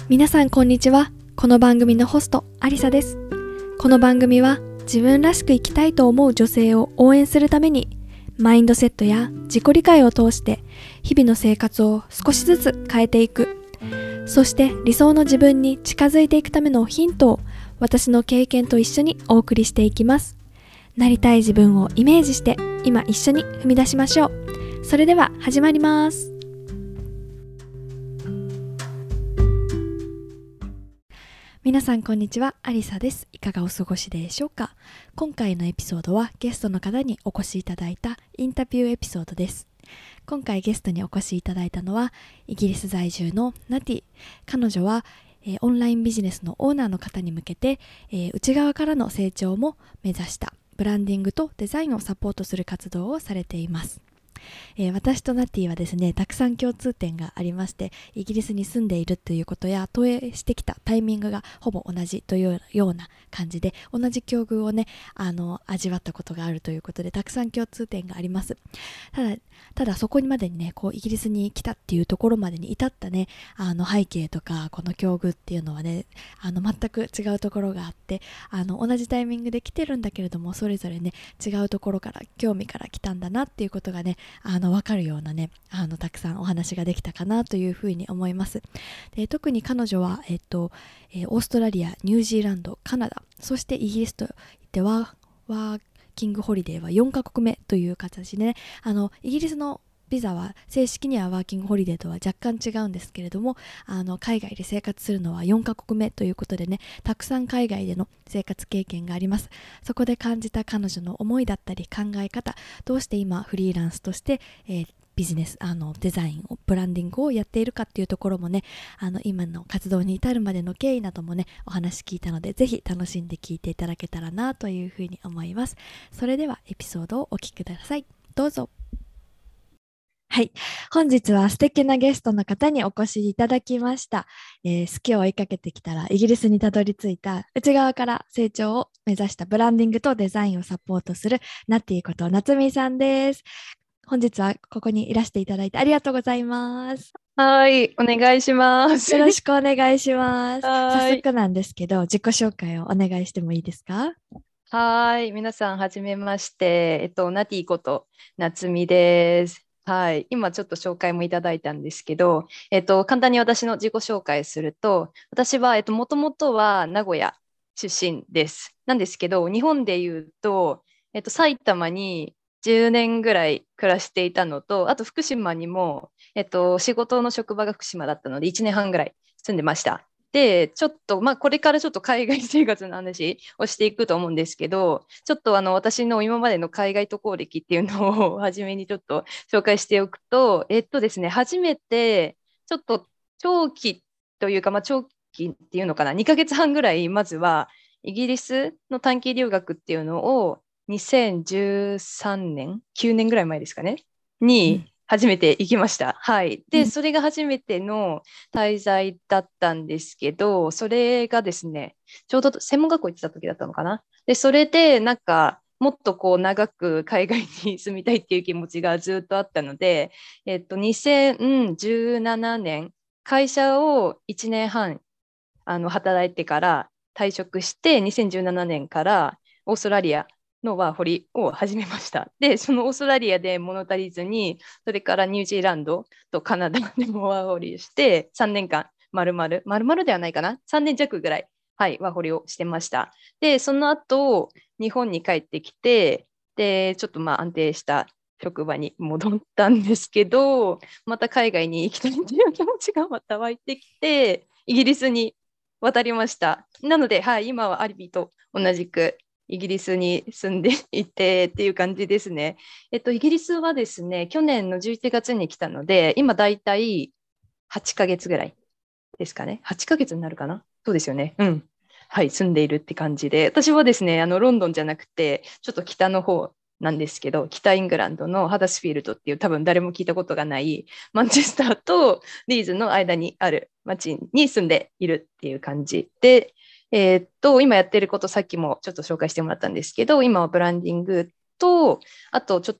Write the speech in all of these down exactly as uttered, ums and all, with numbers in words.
皆さんこんにちは。この番組のホストアリサです。この番組は自分らしく生きたいと思う女性を応援するために、マインドセットや自己理解を通して日々の生活を少しずつ変えていく、そして理想の自分に近づいていくためのヒントを私の経験と一緒にお送りしていきます。なりたい自分をイメージして今一緒に踏み出しましょう。それでは始まります。皆さんこんにちは、アリサです。いかがお過ごしでしょうか。今回のエピソードはゲストの方にお越しいただいたインタビューエピソードです。今回ゲストにお越しいただいたのはイギリス在住のナティ。彼女は、えー、オンラインビジネスのオーナーの方に向けて、えー、内側からの成長も目指したブランディングとデザインをサポートする活動をされています。えー、私とナティはですね、たくさん共通点がありまして、イギリスに住んでいるということや投影してきたタイミングがほぼ同じというような感じで、同じ境遇をね、あの味わったことがあるということで、たくさん共通点があります。ただただそこにまでにね、こうイギリスに来たっていうところまでに至ったね、あの背景とかこの境遇っていうのはね、あの全く違うところがあって、あの同じタイミングで来てるんだけれども、それぞれね、違うところから興味から来たんだなっていうことがね、あの分かるようなね、あのたくさんお話ができたかなというふうに思います。で、特に彼女は、えっとえー、オーストラリア、ニュージーランド、カナダ、そしてイギリスといってはワーキングホリデーはよんカ国目という形でね、あのイギリスのビザは正式にはワーキングホリデーとは若干違うんですけれども、あの海外で生活するのはよんカ国目ということでね、たくさん海外での生活経験があります。そこで感じた彼女の思いだったり考え方、どうして今フリーランスとして、えービジネス、あのデザインをブランディングをやっているかっていうところもね、あの今の活動に至るまでの経緯などもね、お話聞いたので、ぜひ楽しんで聞いていただけたらなというふうに思います。それではエピソードをお聞きください。どうぞ。はい、本日は素敵なゲストの方にお越しいただきました。えー好きを追いかけてきたらイギリスにたどり着いた内側から成長を目指したブランディングとデザインをサポートするナッティこと夏美さんです。本日はここにいらしていただいてありがとうございます。 はい、お願いします。 よろしくお願いします。早はい。 速なんですけど、自己紹介をお願いしてもいいですか？ はい、皆さん、はじめまして。えっと、ナティこと夏美です。はい、今ちょっと紹介もいただいたんですけど、えっと、簡単に私の自己紹介すると、私は、えっと、もともとは名古屋出身です。なんですけど、日本で言うと、えっと、埼玉にじゅうねんぐらい暮らしていたのと、あと福島にも、えっと、仕事の職場が福島だったので、いちねんはんぐらい住んでました。で、ちょっと、まあ、これからちょっと海外生活の話をしていくと思うんですけど、ちょっとあの私の今までの海外渡航歴っていうのを初めにちょっと紹介しておくと、えっとですね、初めて、ちょっと長期というか、まあ、長期っていうのかな、にかげつはんぐらい、まずはイギリスの短期留学っていうのをにせんじゅうさんねん、きゅうねんぐらい前ですかね、に初めて行きました。はい。で、 うん、 それが初めての滞在だったんですけど、それがですね、ちょうど専門学校行ってた時だったのかな。で、それで、なんか、もっとこう長く海外に住みたいっていう気持ちがずっとあったので、えっと、にせんじゅうななねん、会社をいちねんはんあの働いてから退職して、にせんじゅうななねんからオーストラリアのワーホリを始めました。で、そのオーストラリアで物足りずに、それからニュージーランドとカナダでもワーホリして、さんねんかん、まるまる、まるまるではないかな、さんねん弱ぐらい、はい、ワーホリをしてました。で、その後、日本に帰ってきて、で、ちょっとまあ安定した職場に戻ったんですけど、また海外に行きたいっていう気持ちがまた湧いてきて、イギリスに渡りました。なので、はい、今はアリビと同じくイギリスに住んでいてっていう感じですね。えっと、イギリスはですね、去年のじゅういちがつに来たので、今だいたいはちかげつぐらいですかね。はちかげつになるかな。そうですよね。うん。はい、住んでいるって感じで、私はですね、あのロンドンじゃなくて、ちょっと北の方なんですけど、北イングランドのハダスフィールドっていう多分誰も聞いたことがないマンチェスターとリーズの間にある町に住んでいるっていう感じで、えーっと、今やってることさっきもちょっと紹介してもらったんですけど、今はブランディングと、あとちょっと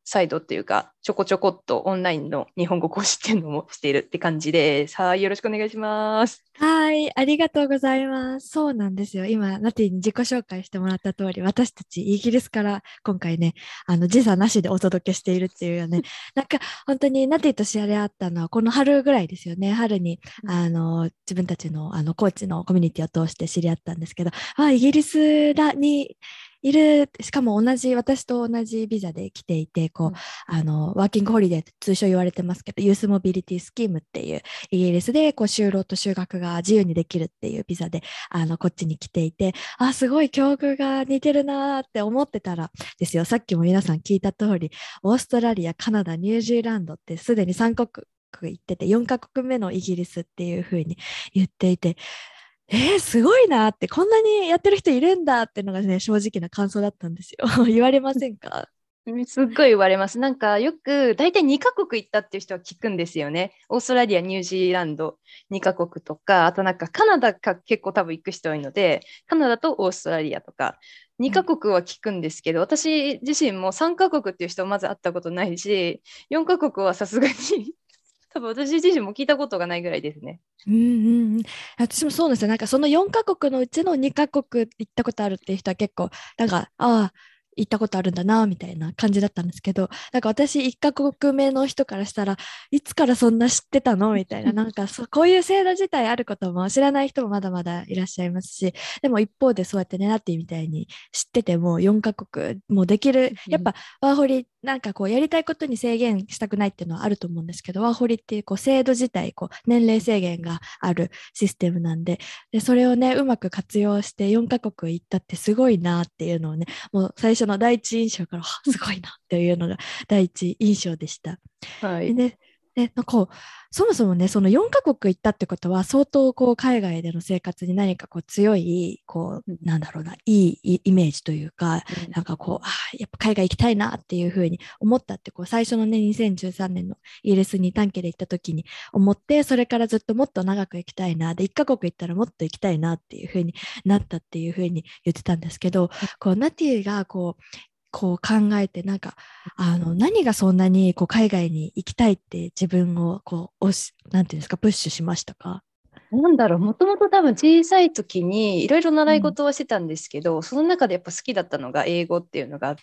サイドっていうか、ちょこちょこっとオンラインの日本語講師っていうのもしているって感じです。はい、よろしくお願いします。 はい、ありがとうございます。そうなんですよ。今、ナティに自己紹介してもらった通り、私たちイギリスから今回ね、あの時差なしでお届けしているっていうよね、なんか本当にナティと知り合ったのはこの春ぐらいですよね。春にあの自分たちの、あのコーチのコミュニティを通して知り合ったんですけど、あ、イギリスらにいる、しかも同じ、私と同じビザで来ていて、こう、 うんあの、ワーキングホリデーって通称言われてますけど、ユースモビリティスキームっていうイギリスでこう就労と就学が自由にできるっていうビザであのこっちに来ていて、あ、すごい境遇が似てるなーって思ってたらですよ、さっきも皆さん聞いた通り、オーストラリア、カナダ、ニュージーランドってすでにさんカ国行ってて、よんカ国目のイギリスっていう風に言っていて、えー、すごいなーって、こんなにやってる人いるんだっていうのがね、正直な感想だったんですよ。言われませんか？ すっごい言われます。なんかよく大体にカ国行ったっていう人は聞くんですよね。オーストラリア、ニュージーランドにカ国とか、あとなんかカナダが結構多分行く人多いので、カナダとオーストラリアとか、にカ国は聞くんですけど、私自身もさんカ国っていう人はまず会ったことないし、よんカ国はさすがに多分私自身も聞いたことがないぐらいですね。 うんうんうん、私もそうなんですよ。なんかそのよんカ国のうちのにカ国行ったことあるっていう人は結構、なんか、ああ、行ったことあるんだな、みたいな感じだったんですけど、なんか私いっカ国目の人からしたらいつからそんな知ってたのみたいな、なんかそこういう制度自体あることも知らない人もまだまだいらっしゃいますし、でも一方でそうやってね、ナッティみたいに知っててもよんカ国もうできる、やっぱワーホリなんかこうやりたいことに制限したくないっていうのはあると思うんですけど、ワーホリっていうこう制度自体こう年齢制限があるシステムなんで、でそれをねうまく活用してよんカ国行ったってすごいなっていうのをね、もう最初の第一印象からはすごいなっていうのが第一印象でした。 はい。 でね、でなんかこうそもそもね、そのよんカ国行ったってことは、相当こう海外での生活に何かこう強い、こう、なんだろうな、いいイメージというか、なんかこう、あ、やっぱ海外行きたいなっていうふうに思ったって、こう最初のね、にせんじゅうさんねんのイギリスに短期で行った時に思って、それからずっともっと長く行きたいな、で、いっカ国行ったらもっと行きたいなっていうふうになったっていうふうに言ってたんですけど、こうナティがこう、こう考えて、なんか、あの、何がそんなにこう海外に行きたいって自分をこう、押し、なんていうんですか、プッシュしましたか？ なんだろう、もともと多分小さい時にいろいろ習いうん。 事はしてたんですけど、その中でやっぱ好きだったのが英語っていうのがあって、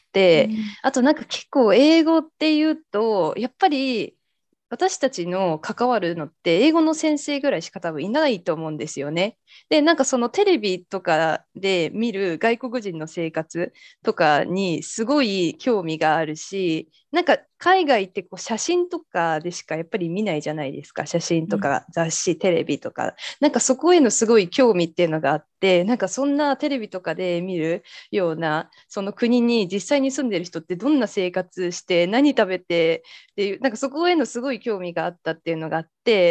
うん。 あとなんか結構英語っていうと、やっぱり私たちの関わるのって英語の先生ぐらいしか多分いないと思うんですよね。で、なんかそのテレビとかで見る外国人の生活とかにすごい興味があるし、なんか海外ってこう写真とかでしかやっぱり見ないじゃないですか。写真うん。 とか雑誌、テレビとか。なんかそこへのすごい興味っていうのがあって、なんかそんなテレビとかで見るようなその国に実際に住んでる人ってどんな生活して何食べてっていう、なんかそこへのすごい興味があったっていうのがあって、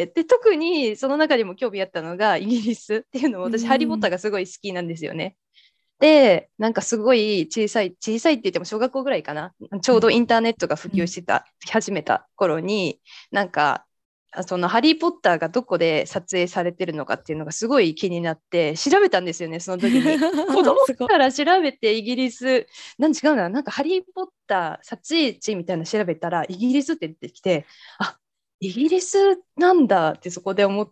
で、特にその中でも興味あったのがイギリスっていうのも、 う私、ハリー・ポッターん。 がすごい好きなんですよね。で、なんかすごい小さい、小さいって言っても小学校ぐらいかな。ちょうどインターネットが普うん。 及してた、始めた頃に、なんか、そのハリー・ポッターがどこで撮影されてるのかっていうのがすごい気になって調べたんですよね、その時に。子供すごい。 から調べてイギリス、なん違うな、なんかハリー・ポッター撮影地みたいなの調べたらイギリスって出てきて、あ、イギリスなんだってそこで思って、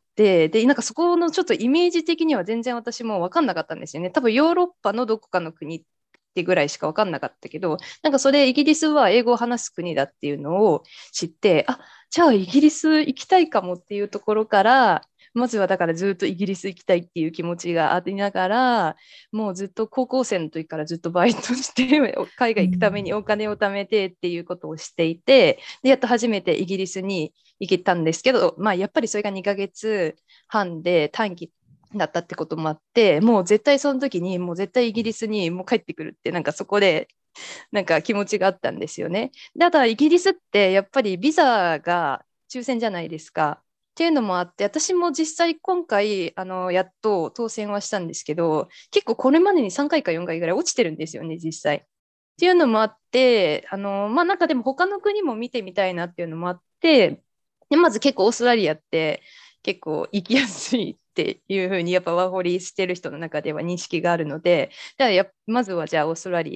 で、なんかそこのちょっとイメージ的には全然私も分かんなかったんですよね。多分ヨーロッパのどこかの国ってぐらいしか分かんなかったけど、なんかそれイギリスは英語を話す国だっていうのを知って、あ、じゃあイギリス行きたいかもっていうところから、まずはだからずっとイギリス行きたいっていう気持ちがありながら、もうずっと高校生の時からずっとバイトして海う外行くためにん。 お金を貯めてっていうことをしていて、でやっと初めてイギリスに行けたんですけど、まあ、やっぱりそれがにかげつはんで短期だったってこともあって、もう絶対その時にもう絶対イギリスにもう帰ってくるって、なんかそこでなんか気持ちがあったんですよね。で、あとはイギリスってやっぱりビザが抽選じゃないですか。っていうのもあって、私も実際今回あのやっと当選はしたんですけど、結構これまでにさんかいかよんかいぐらい落ちてるんですよね、実際。っていうのもあって、あのまあ、なんかでも他の国も見てみたいなっていうのもあって、でまず結構オーストラリアって結構行きやすいっていうふうにやっぱワーホリしてる人の中では認識があるので、じゃあやまずはじゃあオーストラリア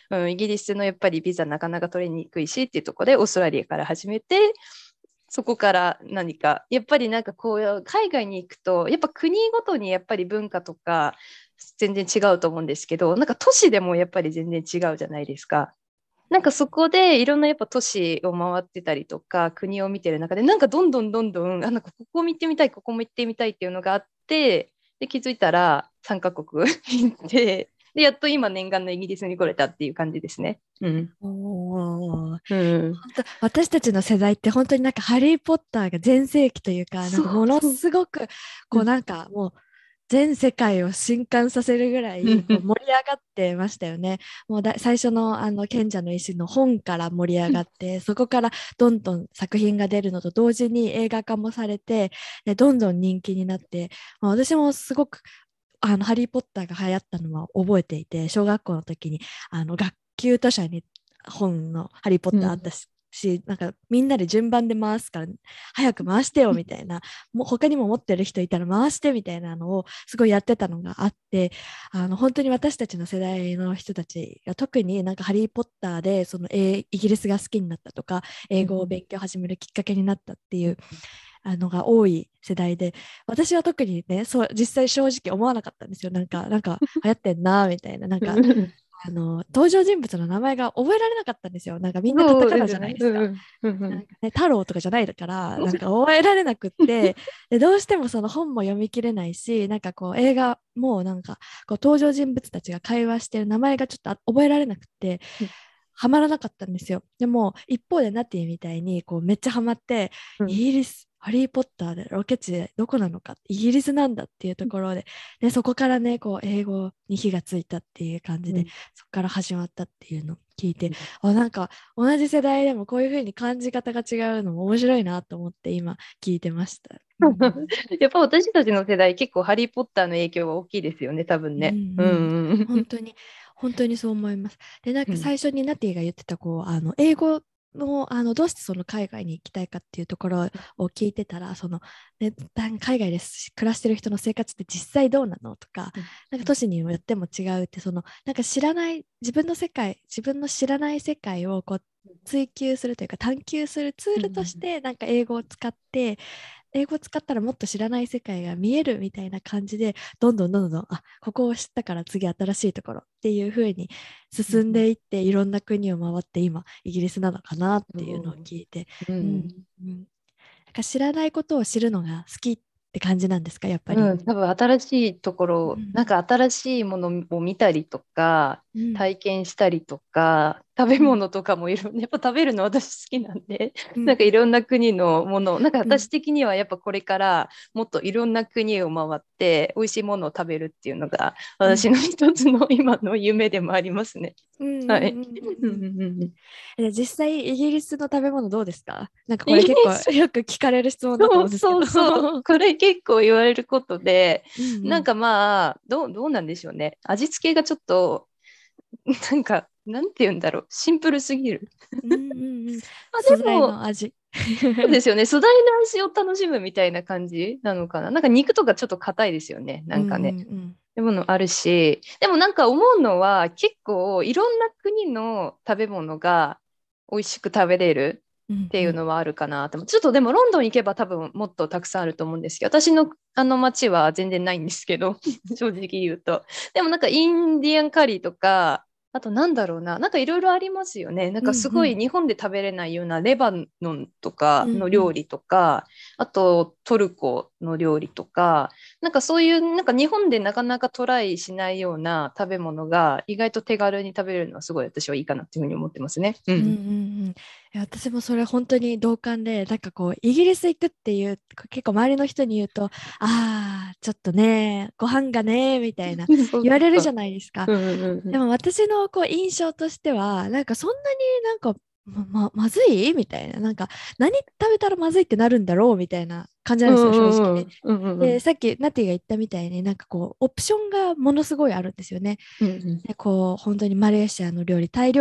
うん、イギリスのやっぱりビザなかなか取りにくいしっていうところでオーストラリアから始めて、そこから何かやっぱりなんかこう海外に行くとやっぱ国ごとにやっぱり文化とか全然違うと思うんですけど、なんか都市でもやっぱり全然違うじゃないですか。なんかそこでいろんなやっぱ都市を回ってたりとか国を見てる中でなんかどんどんどんどんあなんかここも行ってみたいここも行ってみたいっていうのがあって、で気づいたらさんカ国行ってでやっと今念願のイギリスに来れたっていう感じですね。うん。 おー、 うん。 本当私たちの世代って本当になんかハリー・ポッターが全盛期というか、なんかものそうそう。 すごくこうなんかもう全世界を震撼させるぐらいこう盛り上がってましたよね。もうだ最初のあの賢者の石の本から盛り上がって、そこからどんどん作品が出るのと同時に映画化もされて、でどんどん人気になって、まあ、私もすごくあのハリー・ポッターが流行ったのは覚えていて、小学校の時にあの学級図書に本のハリー・ポッターあったし、しなんかみんなで順番で回すから早く回してよみたいな、もう他にも持ってる人いたら回してみたいなのをすごいやってたのがあって、あの本当に私たちの世代の人たちが特になんかハリー・ポッターでそのイギリスが好きになったとか英語を勉強始めるきっかけになったっていうあのが多い世代で、私は特にね、そう実際正直思わなかったんですよ。なんかなんか流行ってんなみたいな、なんかあの登場人物の名前が覚えられなかったんですよ。なんかみんなカタカナじゃないですか。なんかね、太郎とかじゃないから、なんか覚えられなくって、でどうしてもその本も読み切れないし、なんかこう映画もなんかこう登場人物たちが会話してる名前がちょっと覚えられなくて、ハマらなかったんですよ。でも一方でナティみたいにこうめっちゃハマって、イギリス、ハリー・ポッターでロケ地どこなのか、イギリスなんだっていうところで、でそこからね、こう英語に火がついたっていう感じで、そこから始まったっていうのを聞いて、あ、なんか同じ世代でもこういう風に感じ方が違うのも面白いなと思って今聞いてました。うん、 やっぱ私たちの世代結構ハリー・ポッターの影響は大きいですよね、多分うんね。ううん、 ん。 本当に本当にそう思います。で、なんかうん。 最初にナティが言ってたこうあの英語の、あのどうしてその海外に行きたいかっていうところを聞いてたら、その、ね、海外で暮らしてる人の生活って実際どうなのとか、なんか都市によっても違うって、そのなんか知らない自分の世界、自分の知らない世界をこう追求するというか探求するツールとしてなんか英語を使って英語を使ったらもっと知らない世界が見えるみたいな感じで、どんどんどんどん、あ、ここを知ったから次新しいところっていう風に進んでいって、いろんな国を回って今、イギリスなのかなっていうのを聞いて、うん、うん。なんか知らないことを知るのが好きって感じなんですか、やっぱり。 うん、多分新しいところ、 うん、 なんか新しいものを見たりとか、 うん、 体験したりとか、食べうん、 物とかもいろんな、やっぱ食べるの私好きなんで、 うん、 なんかいろんな国のもの、なんかうん、 私的にはやっぱこれからもっといろんな国を回って美味しいものを食べるっていうのがうん、 私の一つの今の夢でもありますね。 うん、うん、 はい。 うん、 ううん。 ん。 え実際イギリスの食べ物どうですか？なんかこイギリれ結構ス、 よく聞かれる質問だとそう思うんですけど。 そうそう。これ結構言われることで、 うん、うん、 なんかまあ、どう、どうなんでしょうね。味付けがちょっと、なんか、なんて言うんだろう。シンプルすぎる。 うん、うん、うん。 まあ素材でも、 の味。 そうですよね。素材の味を楽しむみたいな感じなのかな。なんか肉とかちょっと硬いですよね。 うん、うなんかね。 ん、 でものあるし、でもなんか思うのは結構いろんな国の食べ物が美味しく食べれるうん、 っていううん、 のはあるかなと思う。ちょっとでもロンドン行けば多分もっとたくさんあると思うんですけど、私のあの街は全然ないんですけど、正直言うと。でもなんかインディアンカリーとか、あとなんだろうな、なんかいろいろありますよね。なんうん、 かすうん、 ごい日本で食べれないようなレバノンとうん、 かのうん、 料理とか、あとトルコの料理とか、なんかそういうなんか日本でなかなかトライしないような食べ物が意外と手軽に食べれるのはすごい私はいいかなっていうふうに思ってますね。ううん、うん。 ん。いや私もそれ本当に同感で、なんかこう、イギリス行くっていう、結構周りの人に言うと、ああ、ちょっとね、ご飯がね、みたいなそう言われるじゃそうそう。 ないですか。 うんうんうんでも私のこう印象としては、なんかそんなになんか、ま、ま、まずいみたいな、なんか何食べたらまずいってなるんだろうみたいな感じうなんですよ、正直ね。 んうんうんうんで、さっきナティが言ったみたいになんかこう、オプションがものすごいあるんですよね。 うんでこう本当にマレーシアの料理、タイ料理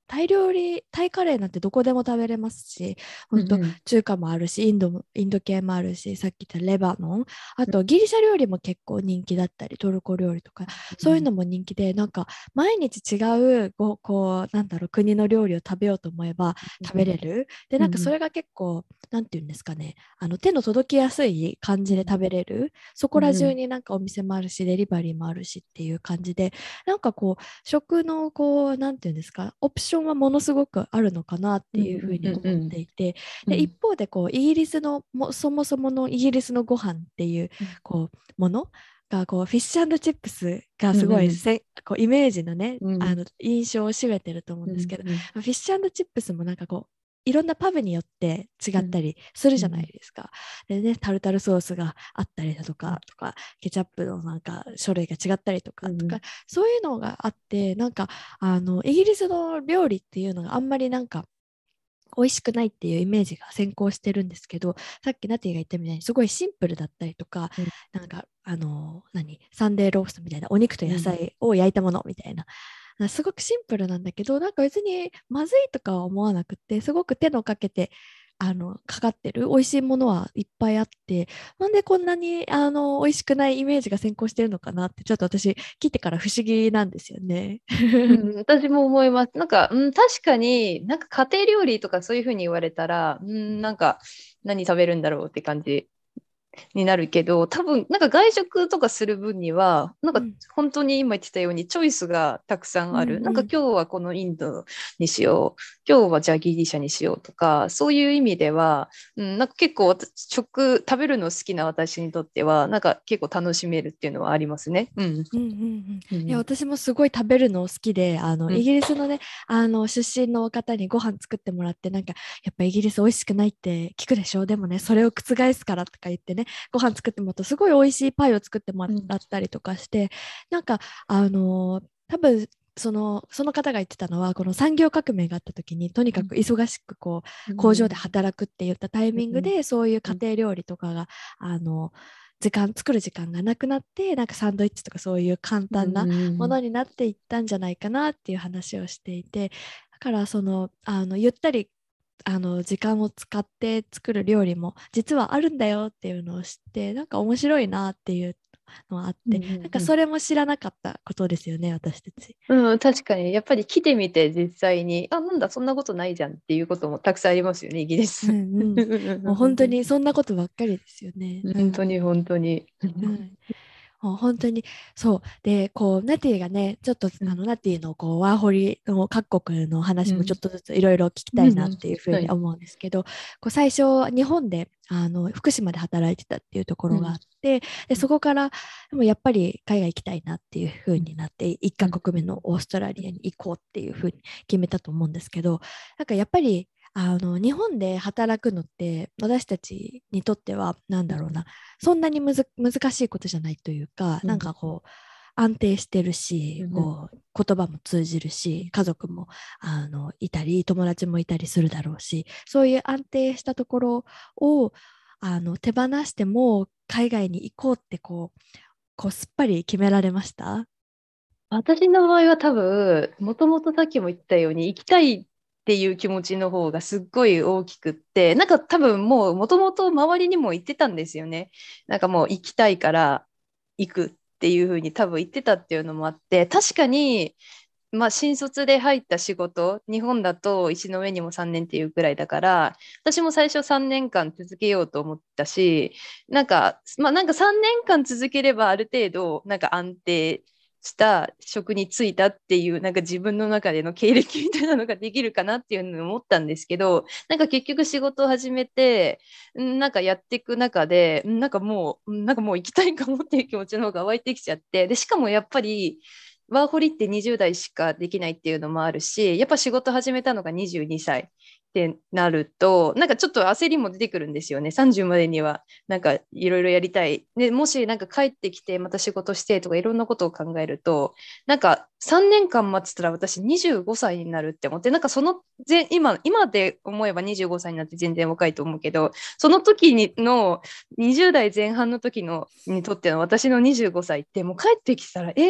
タイ料理、タイカレーなんてどこでも食べれますし、本当うんうん中華もあるし、インドも、インド系もあるし、さっき言ったレバノン、あとギリシャ料理も結構人気だったり、トルコ料理とか、そういうのも人気で、なんか毎日違う、こう、こうなんだろう、国の料理を食べようと思えば食べれる。で、なんかそれが結構、なんていうんですかね、あの手の届きやすい感じで食べれる。そこら中になんかお店もあるし、デリバリーもあるしっていう感じで、なんかこう、食のこう、なんていうんですか、オプションはものすごくあるのかなっていうふうに思っていて、で、一方でこう、イギリスのも、そもそものイギリスのご飯っていう、こう、ものがこうフィッシュチップスがすごいせ、こうイメージのね、あの印象を占めてると思うんですけど、フィッシュチップスもなんかこういろんなパブによって違ったりするじゃないですか。でね、タルタルソースがあったりだとか、とかケチャップのなんか種類が違ったりとか、とかそういうのがあって、なんかあのイギリスの料理っていうのがあんまりなんか美味しくないっていうイメージが先行してるんですけど、さっきナティが言ったみたいにすごいシンプルだったりとか、 うんなんかあの何サンデーローストみたいなお肉と野菜を焼いたものみたいな、すごくシンプルなんだけど、なんか別にまずいとかは思わなくて、すごく手のかけてあのかかってる美味しいものはいっぱいあって、なんでこんなにあの美味しくないイメージが先行してるのかなって、ちょっと私聞いてから不思議なんですよね。 うん、私も思います。なんか、うん、確かに、なんか家庭料理とかそういうふうに言われたら、うん、なんか何食べるんだろうって感じになるけど、多分なんか外食とかする分には、なんかうん本当に今言ってたようにチョイスがたくさんうんある。なんかうん今日はこのインドにしよう、今日はじゃあギリシャにしようとか、そういう意味では、うん、なんか結構私食、食べるの好きな私にとっては、なんか結構楽しめるっていうのはありますね。うん。 うんうんうん、いやうん。 私もすごい食べるの好きで、あのうん。 イギリスのね、あの出身の方にご飯作ってもらって、なんかやっぱイギリス美味しくないって聞くでしょ、でもねそれを覆すからとか言ってね、ご飯作ってもらうとすごい美味しいパイを作ってもうん。 らったりとかして、なんかあの多分そのその方が言ってたのは、この産業革命があった時にとにかく忙しくこうう工場でん。 働くって言ったタイミングうん。 で、そういう家うん。 庭料理とかがあの時間作る時間がなくなって、なんかサンドイッチとかそういう簡う単なもん。 のになっていったんじゃないかなっていう話をしていて、だからそのあのゆったりあの時間を使って作る料理も実はあるんだよっていうのを知って、なんか面白いなっていうのはあって、 うん。 なんかうん。 それも知らなかったことですよね、私たち。 うん、確かに、やっぱり来てみて実際に、あ、なんだ、そんなことないじゃんっていうこともたくさんありますよね、イギリうんス。 うん。もう本当にそんなことばっかりですよね。うん。 本当に、本当に。 うん。もう本当にそうで、こうナティがね、ちょっとうん。 あのナティのこうワーホリの各国の話もちょっうん。 とずついろいろ聞きたいなっていうふうはい。 に思うんですけど、こう最初日本であの福島で働いてたっていうところがあうん。 って、でそこからでもやっぱり海外行きたいなっていうふうになって、いっうん。 カ国目のオーストラリアに行こうっていうふうに決めたと思うんですけど、なんかやっぱりあの日本で働くのって私たちにとってはなんだろうな、そんなにむず難しいことじゃないというか、 うん。 なんかこう安定してるし、 うん。 こう言葉も通じるし、家族もあのいたり友達もいたりするだろうし、そういう安定したところをあの手放しても海外に行こうってこう、こうすっぱり決められました？ 私の場合は多分、もともとさっきも言ったように、行きたいっていう気持ちの方がすっごい大きくって、なんか多分もう、もともと周りにも言ってたんですよね。なんかもう行きたいから行くっていうふうに多分言ってたっていうのもあって、確かに、まあ、新卒で入った仕事、日本だと石の上にもさんねんっていうくらいだから、私も最初さんねんかん続けようと思ったし、なんか、まあなんかさんねんかん続ければある程度、なんか安定した職に就いたっていう、なんか自分の中での経歴みたいなのができるかなっていうのを思ったんですけど、なんか結局仕事を始めて、んなんかやっていく中で、んなんかもう、んなんかもう行きたいかもっていう気持ちの方が湧いてきちゃって、で、しかもやっぱり、ワーホリってにじゅう代しかできないっていうのもあるし、やっぱ仕事始めたのがにじゅうにさいってなると、なんかちょっと焦りも出てくるんですよね。さんじゅうまでにはなんかいろいろやりたい。で、もしなんか帰ってきてまた仕事してとかいろんなことを考えると、なんかさんねんかん待ってたら私にじゅうごさいになるって思って、なんかそのぜ今、今で思えばにじゅうごさいになって全然若いと思うけど、その時にのにじゅう代前半の時のにとっての私のにじゅうごさいってもう帰ってきたら、え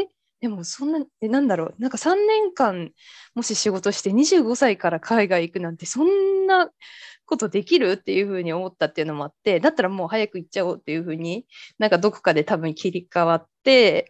でもそんな、え、なんだろう、なんかさんねんかんもし仕事してにじゅうごさいから海外行くなんてそんなことできるっていうふうに思ったっていうのもあって、だったらもう早く行っちゃおうっていうふうに、なんかどこかで多分切り替わって、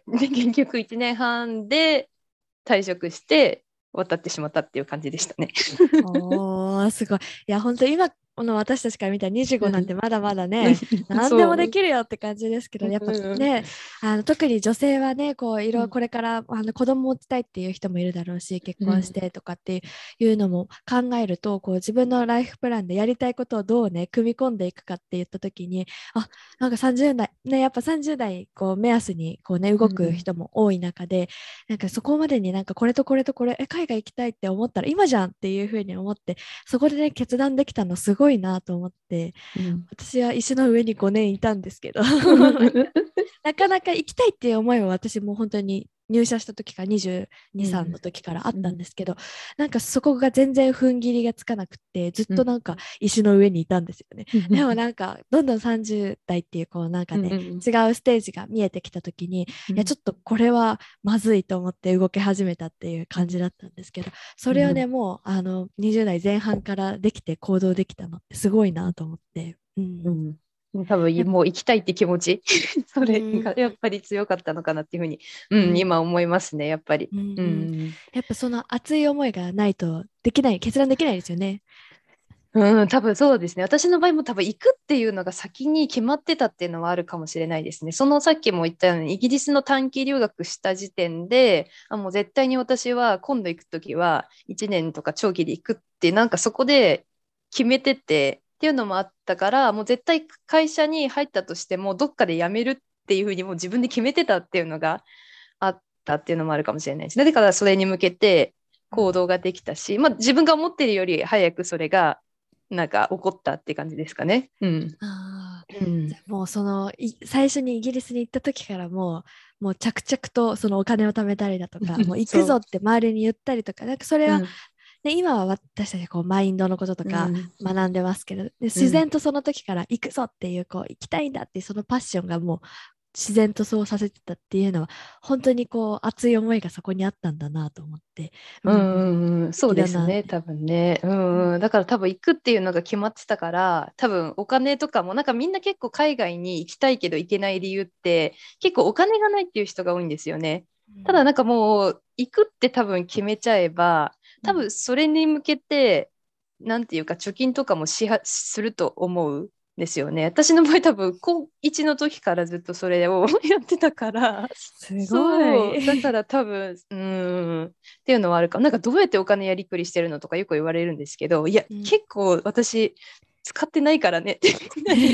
で、結局いちねんはんで退職して渡ってしまったっていう感じでしたね。 おー、すごい。いや、本当今の私たちから見たらにじゅうごなんてまだまだうんね、何でもでそう。 きるよって感じですけど、やっぱね、あの特に女性はね、こう、いろいろこれからあの子供を持ちたいっていう人もいるだろうし、結婚してとかっていうのも考えると、こう自分のライフプランでやりたいことをどうね、組み込んでいくかって言った時に、あ、なんかさんじゅう代、ね、やっぱさんじゅう代こう目安にこうね、動く人も多い中で、なんかそこまでになんかこれとこれとこれ、え、海外行きたいって思ったら今じゃんっていうふうに思って、そこでね、決断できたのすごいなと思って、 うん私は石の上にごねんいたんですけどうんなかなか行きたいっていう思いは私も本当に入社した時からにじゅうに、さんうんの時からあったんですけど、なんかそこが全然踏ん切りがつかなくて、ずっとなんか石の上にいたんですよね。でもなんか、どんどんさんじゅう代っていうこうなんかね、違うステージが見えてきた時に、いやちょっとこれはまずいと思って動き始めたっていう感じだったんですけど、それをね、もうあのにじゅう代前半からできて行動できたのってすごいなと思って。うん。 うん多分やっもう行きたいって気持ちそれうんがやっぱり強かったのかなっていうふうに、うん、 うん今思いますね、やっぱり。 うんううん、 ん、 やっぱその熱い思いがないとできない、決断できないですよね。 うん、多分そうですね。私の場合も多分行くっていうのが先に決まってたっていうのはあるかもしれないですね。そのさっきも言ったようにイギリスの短期留学した時点で、あ、もう絶対に私は今度行くときはいちねんとか長期で行くってなんかそこで決めててっていうのもあったから、もう絶対会社に入ったとしてもどっかで辞めるっていうふうにもう自分で決めてたっていうのがあったっていうのもあるかもしれないですね。だからそれに向けて行動ができたし、まあ自分が思ってるより早くそれがなんか起こったって感じですかね。うん。 ああ、 うん。 じゃあもうそのい最初にイギリスに行った時からもう、もう着々とそのお金を貯めたりだとか、もう行くそう。 ぞって周りに言ったりとか、なんかそれは、 うん。 ね、今は私たちこうマインドのこととかうん。 学んでますけど、でうん。 自然とその時から行くぞっていう、こう行きたいんだっていうそのパッションがもう自然とそうさせてたっていうのは、本当にこう熱い思いがそこにあったんだなと思って、ううんうん、 んうん、 素敵そうだなって。 ですね、多分ね。うんうんうん、だから多分行くっていうのが決まってたから、多分お金とかも、なんかみんな結構海外に行きたいけど行けない理由って、結構お金がないっていう人が多いんですよね。 うんただなんかもう行くって多分決めちゃえば、多うん分それに向けて、なんていうか貯金とかもしはすると思う。ですよね。私の場合多分高いちの時からずっとそれをやってたから、 すごそう、だかい。 ら多分、うーん、っていうのはあるかも。なんかどうやってお金やりくりしてるのとかよく言われるんですけど、いや、 うん結構私使ってないからねって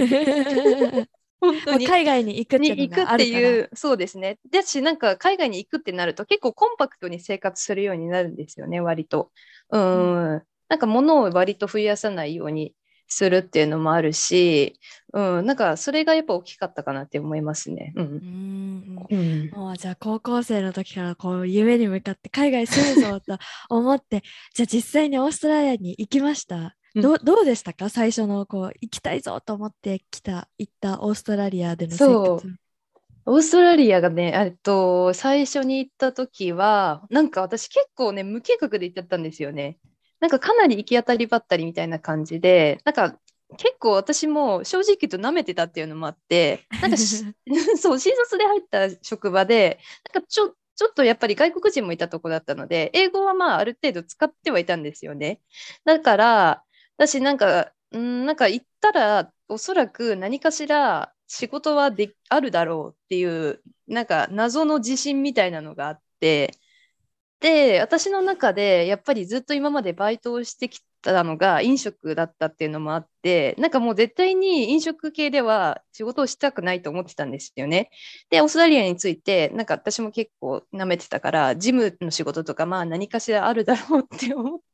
本当に。 もう海外に行くっていうのがに行くっあるから。 ていう、そうですね。だし、なんか海外に行くってなると結構コンパクトに生活するようになるんですよね、割と。ううんん。なんか物を割と増やさないようにするっていうのもあるし、うん、なんかそれがやっぱ大きかったかなって思いますね。うん。 うーん、 うん。 もうじゃあ高校生の時からこう夢に向かって海外住むぞと思って、じゃあ実際にオーストラリアに行きました。 うんどう、どうでしたか、最初のこう行きたいぞと思って来た、行ったオーストラリアでの生活。 そう。オーストラリアがね、えっと、最初に行った時は、なんか私結構ね、無計画で行っちゃったんですよね。なんかかなり行き当たりばったりみたいな感じで、なんか結構私も正直言うと舐めてたっていうのもあって、なんかしそう、新卒で入った職場で、なんかちょ、ちょっとやっぱり外国人もいたとこだったので、英語はまあある程度使ってはいたんですよね。だから、私なんか、うん、なんか行ったら、おそらく何かしら仕事はであるだろうっていう、なんか謎の自信みたいなのがあって、で、私の中でやっぱりずっと今までバイトをしてきたのが飲食だったっていうのもあって、なんかもう絶対に飲食系では仕事をしたくないと思ってたんですよね。で、オーストラリアについて、なんか私も結構舐めてたから、ジムの仕事とかまあ何かしらあるだろうって思って、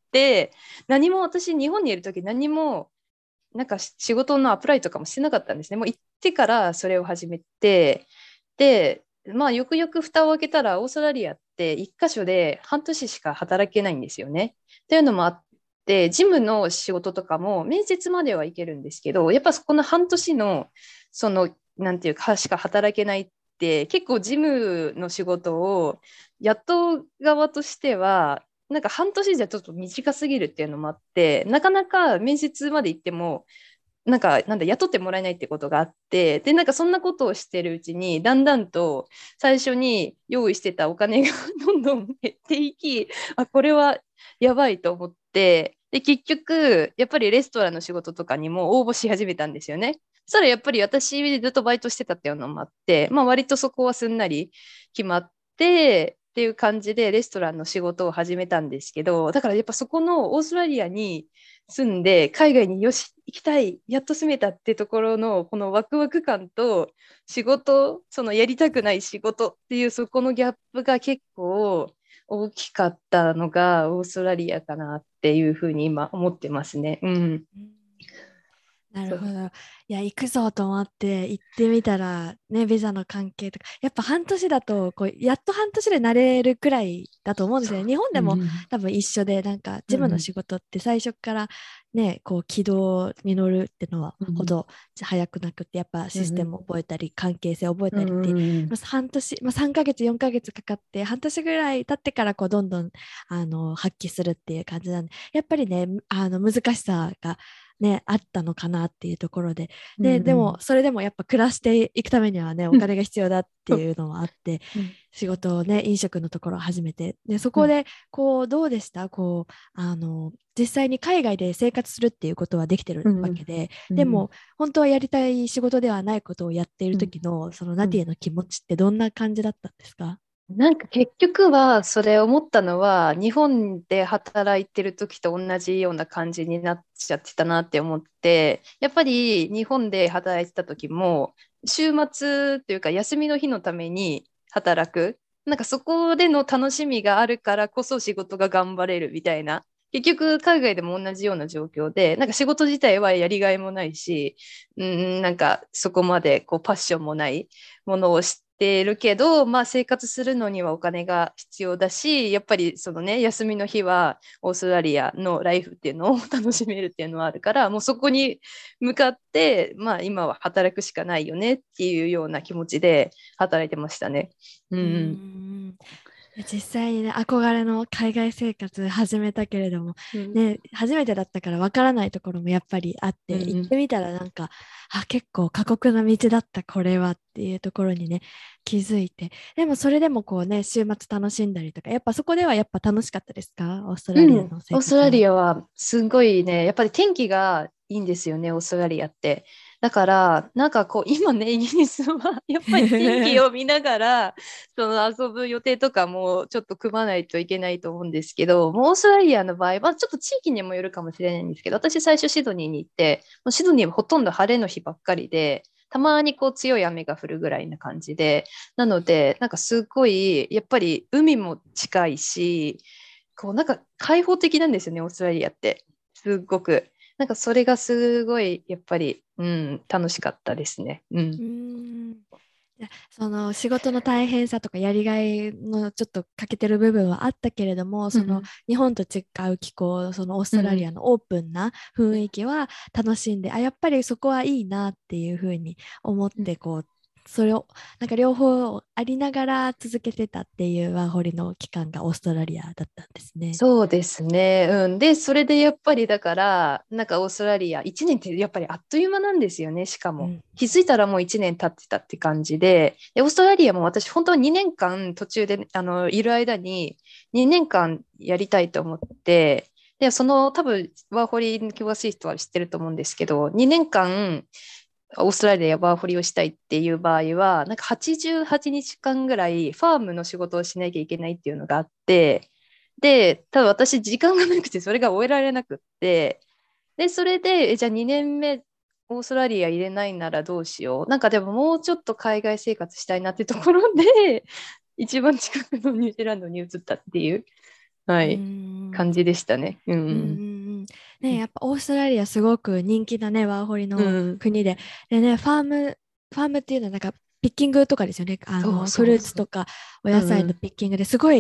何も私日本にいる時何もなんか仕事のアプライとかもしてなかったんですね。もう行ってからそれを始めて、で、まあよくよく蓋を開けたらオーストラリアって一箇所で半年しか働けないんですよね。というのもあって、事務の仕事とかも面接までは行けるんですけど、やっぱそこの半年のそのなんていうかしか働けないって結構事務の仕事を雇う側としてはなんか半年じゃちょっと短すぎるっていうのもあってなかなか面接まで行ってもなんかなんだ雇ってもらえないってことがあってでなんかそんなことをしてるうちにだんだんと最初に用意してたお金がどんどん減っていきあこれはやばいと思ってで結局やっぱりレストランの仕事とかにも応募し始めたんですよね。そしたらやっぱり私ずっとバイトしてたっていうのもあって、まあ、割とそこはすんなり決まってっていう感じでレストランの仕事を始めたんですけどだからやっぱそこのオーストラリアに住んで海外によし行きたいやっと住めたってところのこのワクワク感と仕事そのやりたくない仕事っていうそこのギャップが結構大きかったのがオーストラリアかなっていうふうに今思ってますね。うん。 なるほど。いや、行くぞと思って行ってみたら、ね、ビザの関係とか、やっぱ半年だとこう、やっと半年で慣れるくらいだと思うんですよね。日本でも、 うん、 多分一緒で、なんか、事務のうん、 仕事って最初からね、こう、軌道に乗るっていうのはうん、 ほど早くなくて、やっぱシステムを覚えたり、関係性を覚えうん、 たりって、 うん、 まあ、半年、まあ、さんかげつ、よんかげつかかって、半年ぐらい経ってから、こう、どんどん、あの、発揮するっていう感じなんで、やっぱりね、あの、難しさが、ね、あったのかなっていうところで、で、でも、それでもやっぱ暮らしていくためにはね、お金が必要だっていうのもあって、仕事をね、飲食のところを始めて、で、そこで、こう、どうでしたこう、あの、実際に海外で生活するっていうことはできてるわけで、でも、本当はやりたい仕事ではないことをやっている時の、そのナティへの気持ちってどんな感じだったんですか？ なんか結局はそれ思ったのは日本で働いてる時と同じような感じになっちゃってたなって思ってやっぱり日本で働いてた時も週末というか休みの日のために働くなんかそこでの楽しみがあるからこそ仕事が頑張れるみたいな結局海外でも同じような状況でなんか仕事自体はやりがいもないしうんなんかそこまでこうパッションもないものをしてるけど、まあ、生活するのにはお金が必要だしやっぱりそのね休みの日はオーストラリアのライフっていうのを楽しめるっていうのはあるからもうそこに向かって、まあ、今は働くしかないよねっていうような気持ちで働いてましたね。うん、 うーうん、 ん実際にね、憧れの海外生活始めたけれども、 うん、 ね、初めてだったからわからないところもやっぱりあって、 うん、 行ってみたらなんか、あ、結構過酷な道だった、これはっていうところにね、気づいて。でもそれでもこうね、週末楽しんだりとか、やっぱそこではやっぱ楽しかったですか？オーストラリアうん、 の生オーストラ活は。 リアはすごいね、やっぱり天気がいいんですよね、オーストラリアって。だから、なんかこう、今ね、イギリスはやっぱり天気を見ながら、その遊ぶ予定とかもちょっと組まないといけないと思うんですけど、もうオーストラリアの場合は、ちょっと地域にもよるかもしれないんですけど、私最初シドニーに行って、もうシドニーはほとんど晴れの日ばっかりで、たまにこう強い雨が降るぐらいな感じで、なので、なんかすごい、やっぱり海も近いし、こうなんか開放的なんですよね、オーストラリアって。すっごく。なんかそれがすごい、やっぱり、うん、楽しかったですね。ううん。 ーんじゃその仕事の大変さとかやりがいのちょっと欠けてる部分はあったけれども、そのうん。 日本と違う気候、そのオーストラリうん。 アのオープンな雰囲気は楽しんで、あ、やっぱりそこはいいなっていうふうに思っうん。 て、こう、それをなんか両方ありながら続けてたっていうワーホリの期間がオーストラリアだったんですね。 そうですね。うん。で、それでやっぱりだから、なんかオーストラリア、いちねんってやっぱりあっという間なんですよね、しかも。 うん。 気づいたらもういちねん経ってたって感じで、で、オーストラリアも私、本当はにねんかん途中で、あの、いる間に、にねんかんやりたいと思って、で、その多分、ワーホリに詳しい人は知ってると思うんですけど、にねんかん、オーストラリアやワーホリをしたいっていう場合は、なんかはちじゅうはちにちかんぐらいファームの仕事をしなきゃいけないっていうのがあって、で、ただ私時間がなくてそれが終えられなくって、で、それで、えじゃあにねんめオーストラリア入れないならどうしよう。なんかでももうちょっと海外生活したいなってところで、一番近くのニュージーランドに移ったっていう、はうーい、 ん感じでしたね。ううんうんん。 うんね、やっぱオーストラリアすごく人気なね、ワーホリのうん。 国で。でね、ファーム、ファームっていうのはなんかピッキングとかですよね。あそうの、フルーツそうそう。 とかおう野菜のん。 ピッキングですごい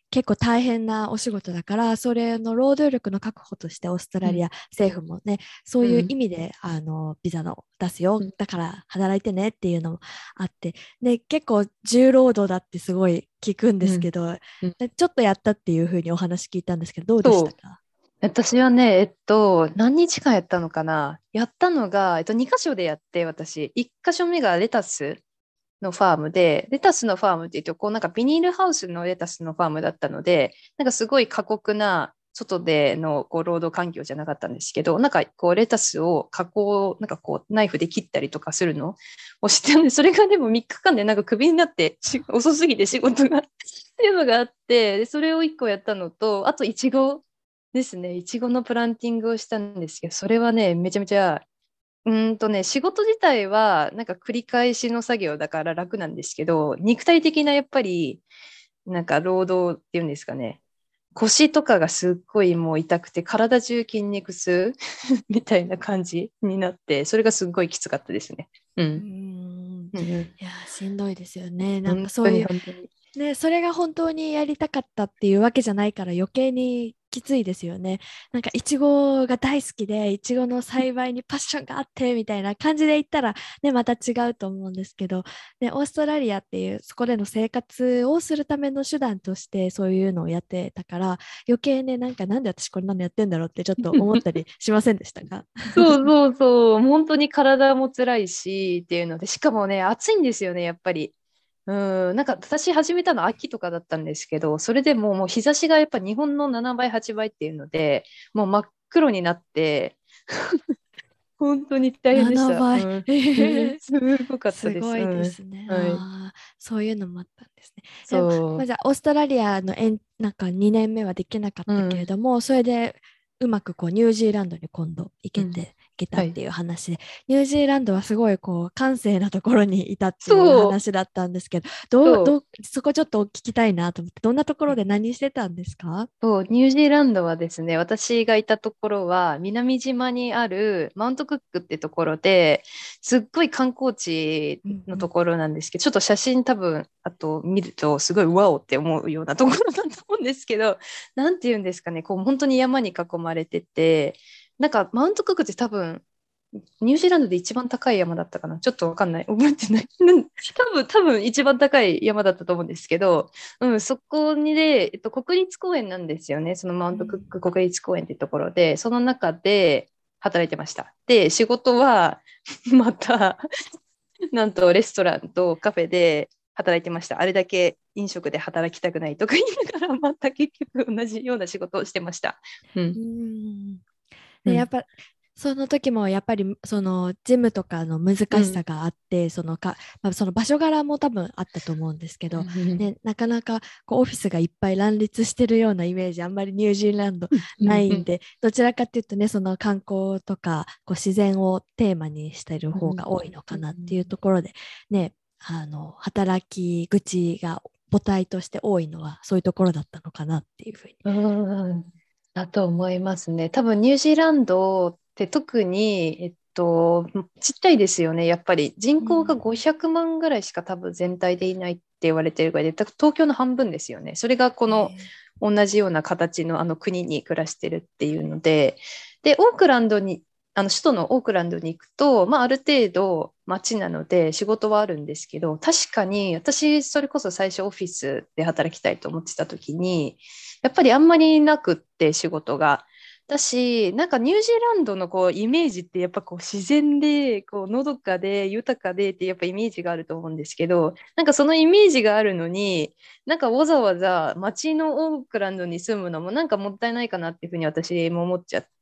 結構大変なお仕事だから、それの労働力の確保としてオーストラリア政府もね、そういう意味であのビザの出すよ、だから働いてねっていうのもあって、で結構重労働だってすごい聞くんですけど、でちょっとやったっていうふうにお話聞いたんですけど、どうでしたか？ 私はね、えっと、何日間やったのかな。やったのが、えっと、に箇所でやって、私。いっ箇所目がレタスのファームで、レタスのファームって言うと、こうなんかビニールハウスのレタスのファームだったので、なんかすごい過酷な外でのこう労働環境じゃなかったんですけど、なんかこうレタスを加工、なんかこうナイフで切ったりとかするのをしてたんで、それがでもみっかかんでなんかクビになって遅すぎて仕事がっていうのがあって、でそれをいっこやったのと、あとイチゴですね、イチゴのプランティングをしたんですけど、それはね、めちゃめちゃうーんとね、仕事自体はなんか繰り返しの作業だから楽なんですけど、肉体的なやっぱりなんか労働っていうんですかね、腰とかがすっごいもう痛くて体中筋肉痛みたいな感じになって、それがすっごいきつかったですね。ううーん。 ん、 うんうん、 いやしんどいですよね。なんか本当そういうに本当に。 ね、それが本当にやりたかったっていうわけじゃないから余計にきついですよね。なんかいちごが大好きでいちごの栽培にパッションがあってみたいな感じで言ったら、ね、また違うと思うんですけど、ね、オーストラリアっていうそこでの生活をするための手段としてそういうのをやってたから余計ね、なんかなんで私こんなのやってんだろうってちょっと思ったりしませんでしたか？ そうそうそう、本当に体も辛いしっていうので、しかもね、暑いんですよね、やっぱり。うん、なんか私始めたの秋とかだったんですけど、それでもう、もう日差しがやっぱ日本のななばい、はちばいっていうので、もう真っ黒になって、本当に大変でし 7 た。う倍。 ん、うんすごかったです。 すごいでうん、 すね。 はい。 ああ、そういうのもあったんですね。でも、まあ、 そじゃあ、オーストラリアのえんなんかにねんめはできなかっう。うたけれん、 ども、それでうまくこうニュージーランドに今度行うん、 けて、行けたはい。 っていう話で、ニュージーランドはすごいこう閑静なところにいたっていうそう、 話だったんですけど、どう、 そう。 どう、そこちょっと聞きたいなと思って、どんなところで何してたんですか？ そう、ニュージーランドはですね、私がいたところは、南島にあるマウントクックってところで、すっごい観光地うんうん。 のところなんですけど、ちょっと写真多分、あと見ると、すごいワオって思うようなところだと思うんですけど、なんて言うんですかね、こう本当に山に囲まれてて、なんかマウントクックって多分、ニュージーランドで一番高い山だったかな、ちょっとわかんない。覚えてない。なん多分、多分一番高い山だったと思うんですけど、うん、そこにで、えっと、国立公園なんですよね。そのマウントクッうんク国立公園っていうところで、その中で働いてました。で、仕事はまた、なんとレストランとカフェで働いてました。あれだけ飲食で働きたくないとか言いながら、また結局同じような仕事をしてました。ううん。 ん。で、やっうん。 ぱその時もやっぱりそのジムとかの難うん。 しさがあってそのか、まあ、その場所柄も多分あったと思うんですけど、 うん。 ね、なかなかこうオフィスがいっぱい乱立してるようなイメージあんまりニュージーランドうん。うん。 ないんで、どちらかっていうとね、その観光とかこう自然をテーマにしてる方が多いのかなっていうところでね、あの働き口が母体として多いのはそういうところだったのかなっていうふうに。 うん、だと思いますね。多分ニュージーランドって特に、えっと、ちっちゃいですよね。やっぱり人口がうんごひゃくまんぐらいしか多分全体でいないって言われてるぐらいで、だから東京の半分ですよね。それがこのえ同じような形のあの国に暮らしてるっていうので、で、オークランドに、あの首都のオークランドに行くと、まあ、ある程度街なので仕事はあるんですけど、確かに私それこそ最初オフィスで働きたいと思ってた時に、やっぱりあんまりなくって仕事が。だし、なんかニュージーランドのこうイメージってやっぱこう自然で、こうのどかで豊かでってやっぱイメージがあると思うんですけど、なんかそのイメージがあるのに、なんかわざわざ街のオークランドに住むのもなんかもったいないかなっていうふうに私も思っちゃって、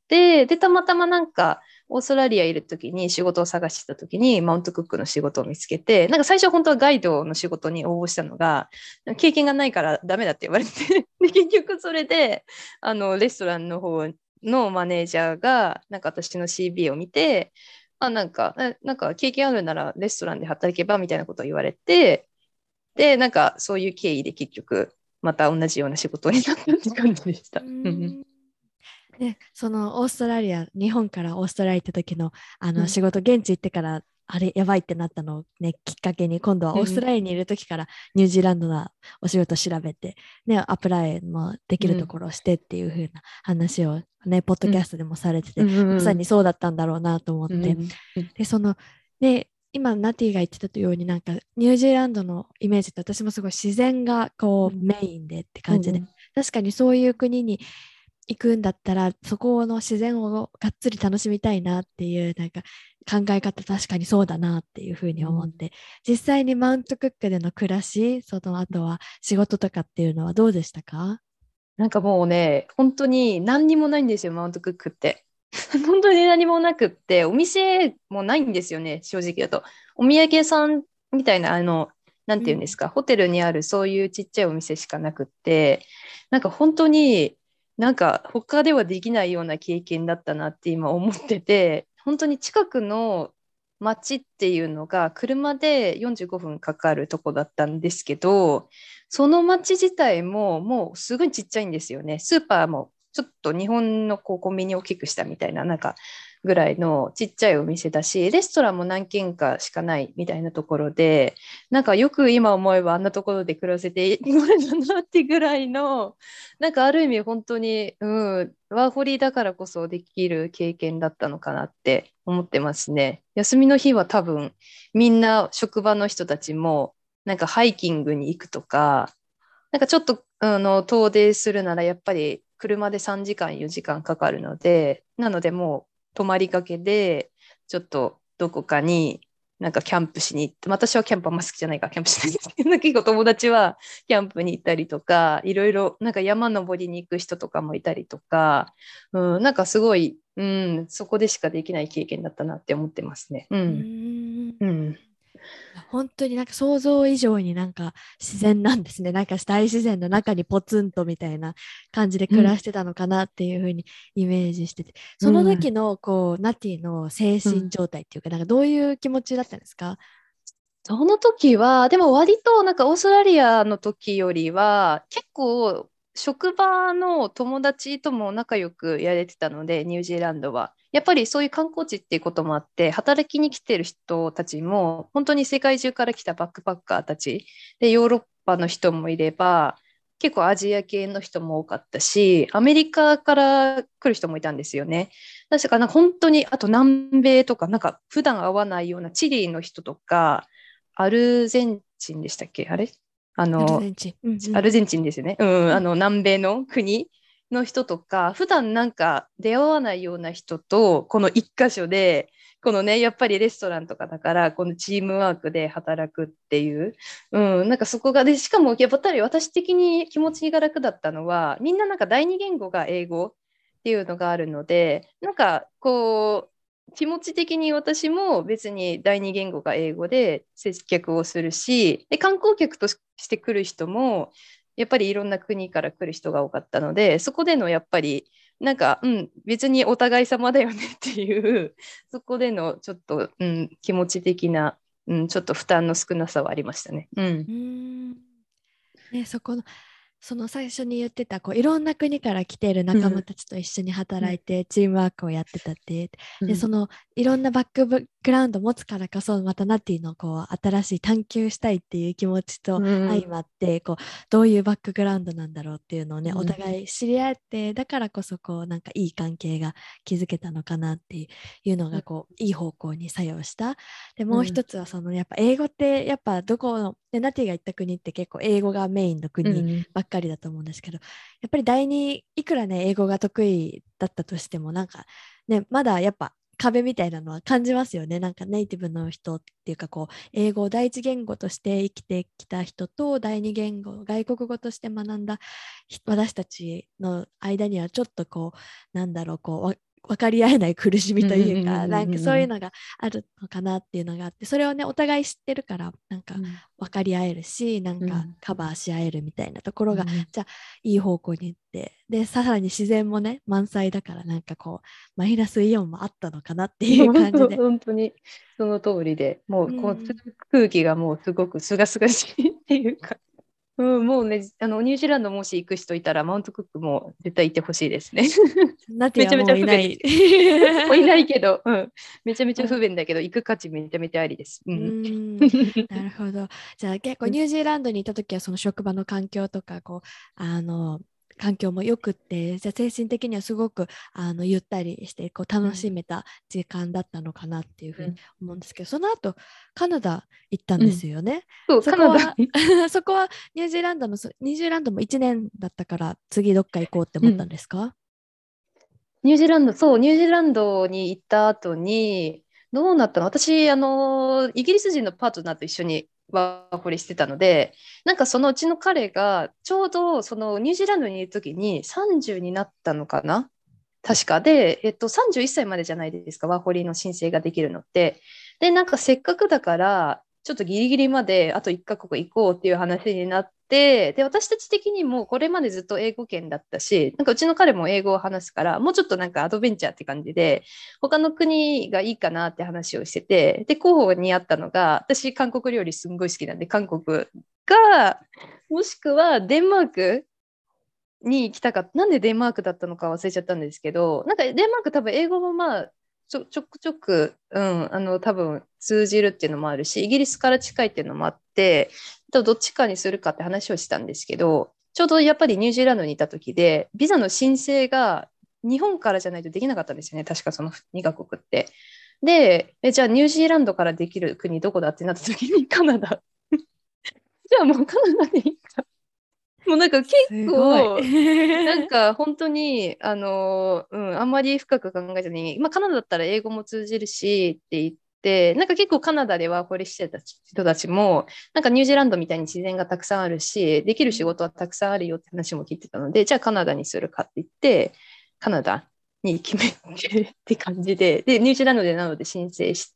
で、たまたまなんかオーストラリアいるときに仕事を探してたときにマウントクックの仕事を見つけて、なんか最初本当はガイドの仕事に応募したのが、経験がないからダメだって言われてで結局それであのレストランの方のマネージャーがなんか私の シービー を見て、あ、なんかなんか経験あるならレストランで働けばみたいなことを言われて、でなんかそういう経緯で結局また同じような仕事になったって感じでしうた。うん。 ん。で、そのオーストラリア、日本からオーストラリア行った時の、あうん。 の仕事、現地行ってからあれやばいってなったのを、ね、きっかけに今度はオーストうんラリアにいる時からニュージーランドのお仕事調べて、ね、アプライもできるところをしてっていう風な話を、ね、ポッドうんキャストでもされてて、 うんうんまさにそうだったんだろうなと思って、 うんうんでそので今ナティが言ってたようになんかニュージーランドのイメージって私もすごい自然がこうメインでって感じで、 うん確かにそういう国に行くんだったらそこの自然をがっつり楽しみたいなっていうなんか考え方確かにそうだなっていうふうに思って、うん、実際にマウントクックでの暮らしそのあとは仕事とかっていうのはどうでしたか？ なんかもうね、本当に何にもないんですよ、マウントクックって。本当に何もなくって、お店もないんですよね、正直だと。お土産屋さんみたいな、あの、なんていうんですか、うん、ホテルにあるそういうちっちゃいお店しかなくって、なんか本当になんか他ではできないような経験だったなって今思ってて、本当に近くの街っていうのが車でよんじゅうごふんかかるとこだったんですけど、その街自体ももうすごいちっちゃいんですよね。スーパーもちょっと日本のこうコンビニを大きくしたみたいな、なんかぐらいのちっちゃいお店だし、レストランも何軒かしかないみたいなところで、なんかよく今思えばあんなところで暮らせてよかったなってぐらいの、なんかある意味本当に、うん、ワーホリだからこそできる経験だったのかなって思ってますね。休みの日は多分みんな職場の人たちもなんかハイキングに行くとか、なんかちょっとあの遠出するならやっぱり車でさんじかんよじかんかかるので、なのでもう泊まりかけでちょっとどこかになんかキャンプしに行って、私はキャンプあんま好きじゃないからキャンプしないんですけど、結構友達はキャンプに行ったりとか、いろいろなんか山登りに行く人とかもいたりとか、うん、なんかすごい、うん、そこでしかできない経験だったなって思ってますね。ううーん。 んうん。 本当になんか想像以上になんか自然なんですね。なんか大自然の中にポツンとみたいな感じで暮らしてたのかなっていうふうにイメージしてて、そのうん。 時のこうナティの精うん。 神状態っていうか、なんかどういう気持ちだったんですか？ その時は、でも割となんかオーストラリアの時よりは、結構職場の友達とも仲良くやれてたので、ニュージーランドは。やっぱりそういう観光地っていうこともあって、働きに来てる人たちも、本当に世界中から来たバックパッカーたち、で、ヨーロッパの人もいれば、結構アジア系の人も多かったし、アメリカから来る人もいたんですよね。確かなんか本当に、あと南米とか、なんか普段会わないようなチリの人とか、アルゼンチンでしたっけあれあアルの、 ゼンチン。うんうんアルゼンチンですよね。うん、 うん。 あの、南米の国の人とか、普段なんか出会わないような人と、この一箇所で、このね、やっぱりレストランとかだから、このチームワークで働くっていう、うん、なんかそこが、で、しかも、やっぱり私的に気持ちが楽だったのは、みんななんか第二言語が英語っていうのがあるので、なんかこう、気持ち的に私も別に第二言語が英語で接客をするし、で観光客として来る人もやっぱりいろんな国から来る人が多かったので、そこでのやっぱりなんか、うん、別にお互い様だよねっていうそこでのちょっと、うん、気持ち的な、うん、ちょっと負担の少なさはありましたね。うん。 うーんね、そこのその最初に言ってたこういろんな国から来ている仲間うん。 たちと一緒に働いうんてチームワークをやってたってでそうんのいろんなバックグラウンドを持つからこそまたナティのこう新しい探求したいっていう気持ちと相まってこうどういうバックグラウンドなんだろうっていうのをねおうん互い知り合ってだからこそこうなんかいい関係が築けたのかなっていうのがこういい方向に作用した。でもう一つはそのやっぱ英語ってやっぱどこのでナティが行った国って結構英語がメインの国うんばっかりだと思うんですけど、やっぱり第二いくらね英語が得意だったとしてもなんかねまだやっぱ壁みたいなのは感じますよね。なんかネイティブの人っていうかこう英語を第一言語として生きてきた人と第二言語外国語として学んだ私たちの間にはちょっとこうなんだろうこう分かり合えない苦しみというか、なんかそういうのがあるのかなっていうのがあって、それをねお互い知ってるからなんか分かり合えるし、なんかカバーし合えるみたいなところが、じゃあいい方向に行って、でさらに自然もね満載だからなんかこうマイナスイオンもあったのかなっていう感じで。 本当にその通りで、もううこのん空気がもうすごくすがすがしいっていうか、 うん、もうね、あの、ニュージーランドもし行く人いたら、マウントクックも絶対行ってほしいですね。 ナティはめちゃめちゃもういない。 不便ですけど。もういないけど、うん。めちゃめちゃ不うん便だけど、行く価値めちゃめちゃありです。ううん。 ん、なるほど。じゃあ結構ニュージーランドにいた時はその職場の環境とかこうあの環境もよくって、じゃあ精神的にはすごくあのゆったりしてこう楽しめた時間だったのかなっていうふうにうん思うんですけど、その後カナダ行ったんでうん。 すよね。 そう、カナダ。 そこはそこはニュージーランドのそニュージーランドもいちねんだったから次どっか行こうって思ったんうん。 ですか？ ニュージーランド、そう、ニュージーランドに行った後に、どうなったの私、あの、イギリス人のパートナーと一緒にワーホリしてたので、なんかそのうちの彼が、ちょうどそのニュージーランドにいる時にさんじゅうになったのかな確か。で、えっと、さんじゅういっさいまでじゃないですか、ワーホリの申請ができるのって。で、なんかせっかくだから、ちょっとギリギリまであといっカ国行こうっていう話になって、で、私たち的にもこれまでずっと英語圏だったし、なんかうちの彼も英語を話すから、もうちょっとなんかアドベンチャーって感じで、他の国がいいかなって話をしてて、で、候補にあったのが、私韓国料理すんごい好きなんで、韓国が、もしくはデンマークに行きたかった。なんでデンマークだったのか忘れちゃったんですけど、なんかデンマーク多分英語もまあ、ちょ、ちょくちょく、うん、あの、多分通じるっていうのもあるし、イギリスから近いっていうのもあって、どっちかにするかって話をしたんですけど、ちょうどやっぱりニュージーランドにいた時で、ビザの申請が日本からじゃないとできなかったんですよね、確かそのにカ国って。で、えじゃあニュージーランドからできる国どこだってなった時にカナダ。じゃあもうカナダでいいか。もうなんか結すごい。 構、なんか本当に、あの、うん、あんまり深く考えずに、まあカナダだったら英語も通じるしって言って、なんか結構カナダでワーホリしてた人たちも、なんかニュージーランドみたいに自然がたくさんあるし、できる仕事はたくさんあるよって話も聞いてたので、じゃあカナダにするかって言って、カナダに決めてって感じで、で、ニュージーランドでなので申請して、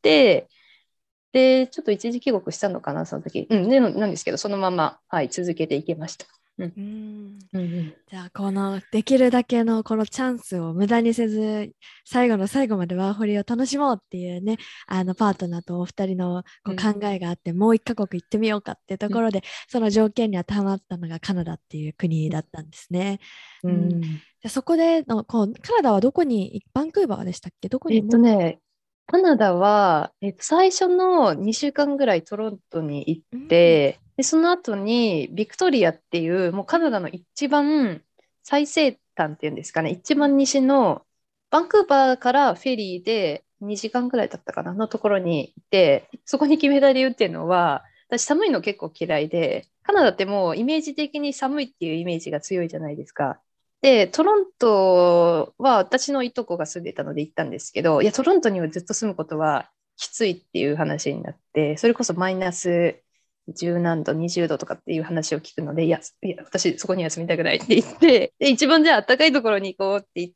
で、ちょっと一時帰国したのかな、その時。うん、で、なんですけど、そのまま、はい、続けていけました。うん。 うん、 うんうん。 じゃあこのできるだけのこのチャンスを無駄にせず最後の最後までワーホリを楽しもうっていうね、あのパートナーとお二人のこううん考えがあって、もう一カ国行ってみようかっていうところでその条件に当てはまったのがカナダっていう国だったんですね。 ううん、じん。 ゃあそこでのこうカナダはどこにバンクーバーでしたっけ？どこえっにもうとね、カナダは、えっと、最初のにしゅうかんぐらいトロントに行っうん、 て、で、その後にビクトリアっていう、もうカナダの一番最西端っていうんですかね、一番西のバンクーバーからフェリーでにじかんぐらいだったかなのところにいて、そこに決めた理由っていうのは、私寒いの結構嫌いで、カナダってもうイメージ的に寒いっていうイメージが強いじゃないですか。で、トロントは私のいとこが住んでたので行ったんですけど、いや、トロントにはずっと住むことはきついっていう話になって、それこそマイナスじゅう何度、にじゅうどとかっていう話を聞くので、いや、いや私そこには住みたくないって言って、で、一番じゃあ暖かいところに行こうって言って、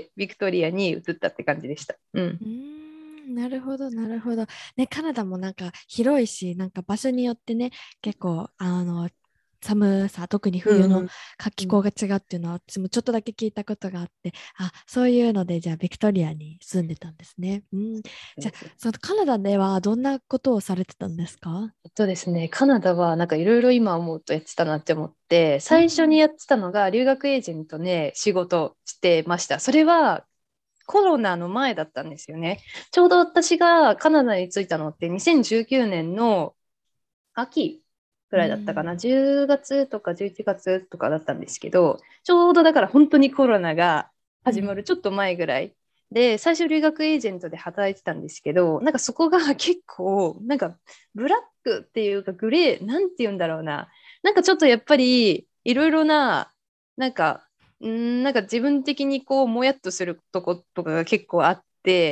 ビクトリアに移ったって感じでした。うん。 うーん、なるほど、なるほど。ね、カナダもなんか広いし、なんか場所によってね、結構、あの、寒さ、特に冬のうん気候が違うっていうのは、私もちょっとだけ聞いたことがあって、あ、そういうので、じゃあ、ビクトリアに住んでたんですね。うん。じゃあ、そのカナダではどんなことをされてたんですか？ えっとですね、カナダはなんかいろいろ今思うとやってたなって思って、 うん最初にやってたのが留学エージェントで仕事してました。それはコロナの前だったんですよね。ちょうど私がカナダに着いたのってにせんじゅうきゅうねんの秋ぐうらいだったかん。 な。じゅうがつとかじゅういちがつとかだったんですけど、ちょうどだから本当にコロナが始まうん。 るちょっと前ぐらい。で、最初留学エージェントで働いてたんですけど、なんかそこが結構、なんかブラックっていうかグレー、なんて言うんだろうな。なんかちょっとやっぱりいろいろな、なんか、んなんか自分的にこう、もやっとするとことかが結構あって、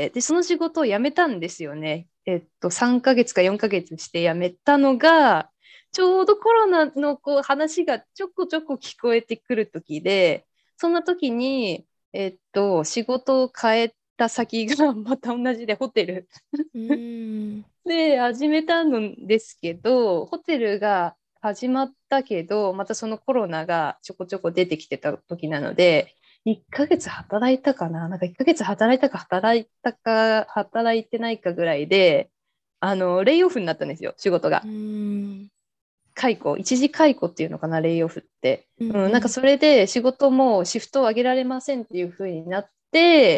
で、その仕事を辞めたんですよね。えっと、さんかげつかよんかげつして辞めたのが、ちょうどコロナのこう話がちょこちょこ聞こえてくる時で、そんな時に、えっと、仕事を変えた先がまた同じでホテルうん。 で始めたんですけど、ホテルが始まったけど、またそのコロナがちょこちょこ出てきてた時なので、いっかげつ働いたかななんかいっかげつ働いたか働いたか働いてないかぐらいで、あの、レイオフになったんですよ、仕事うが。 ん。 解雇、一時解雇っていうのかな、レイオフって。 うんうん、なんかそれで仕事もシフトを上げられませんっていう風になって、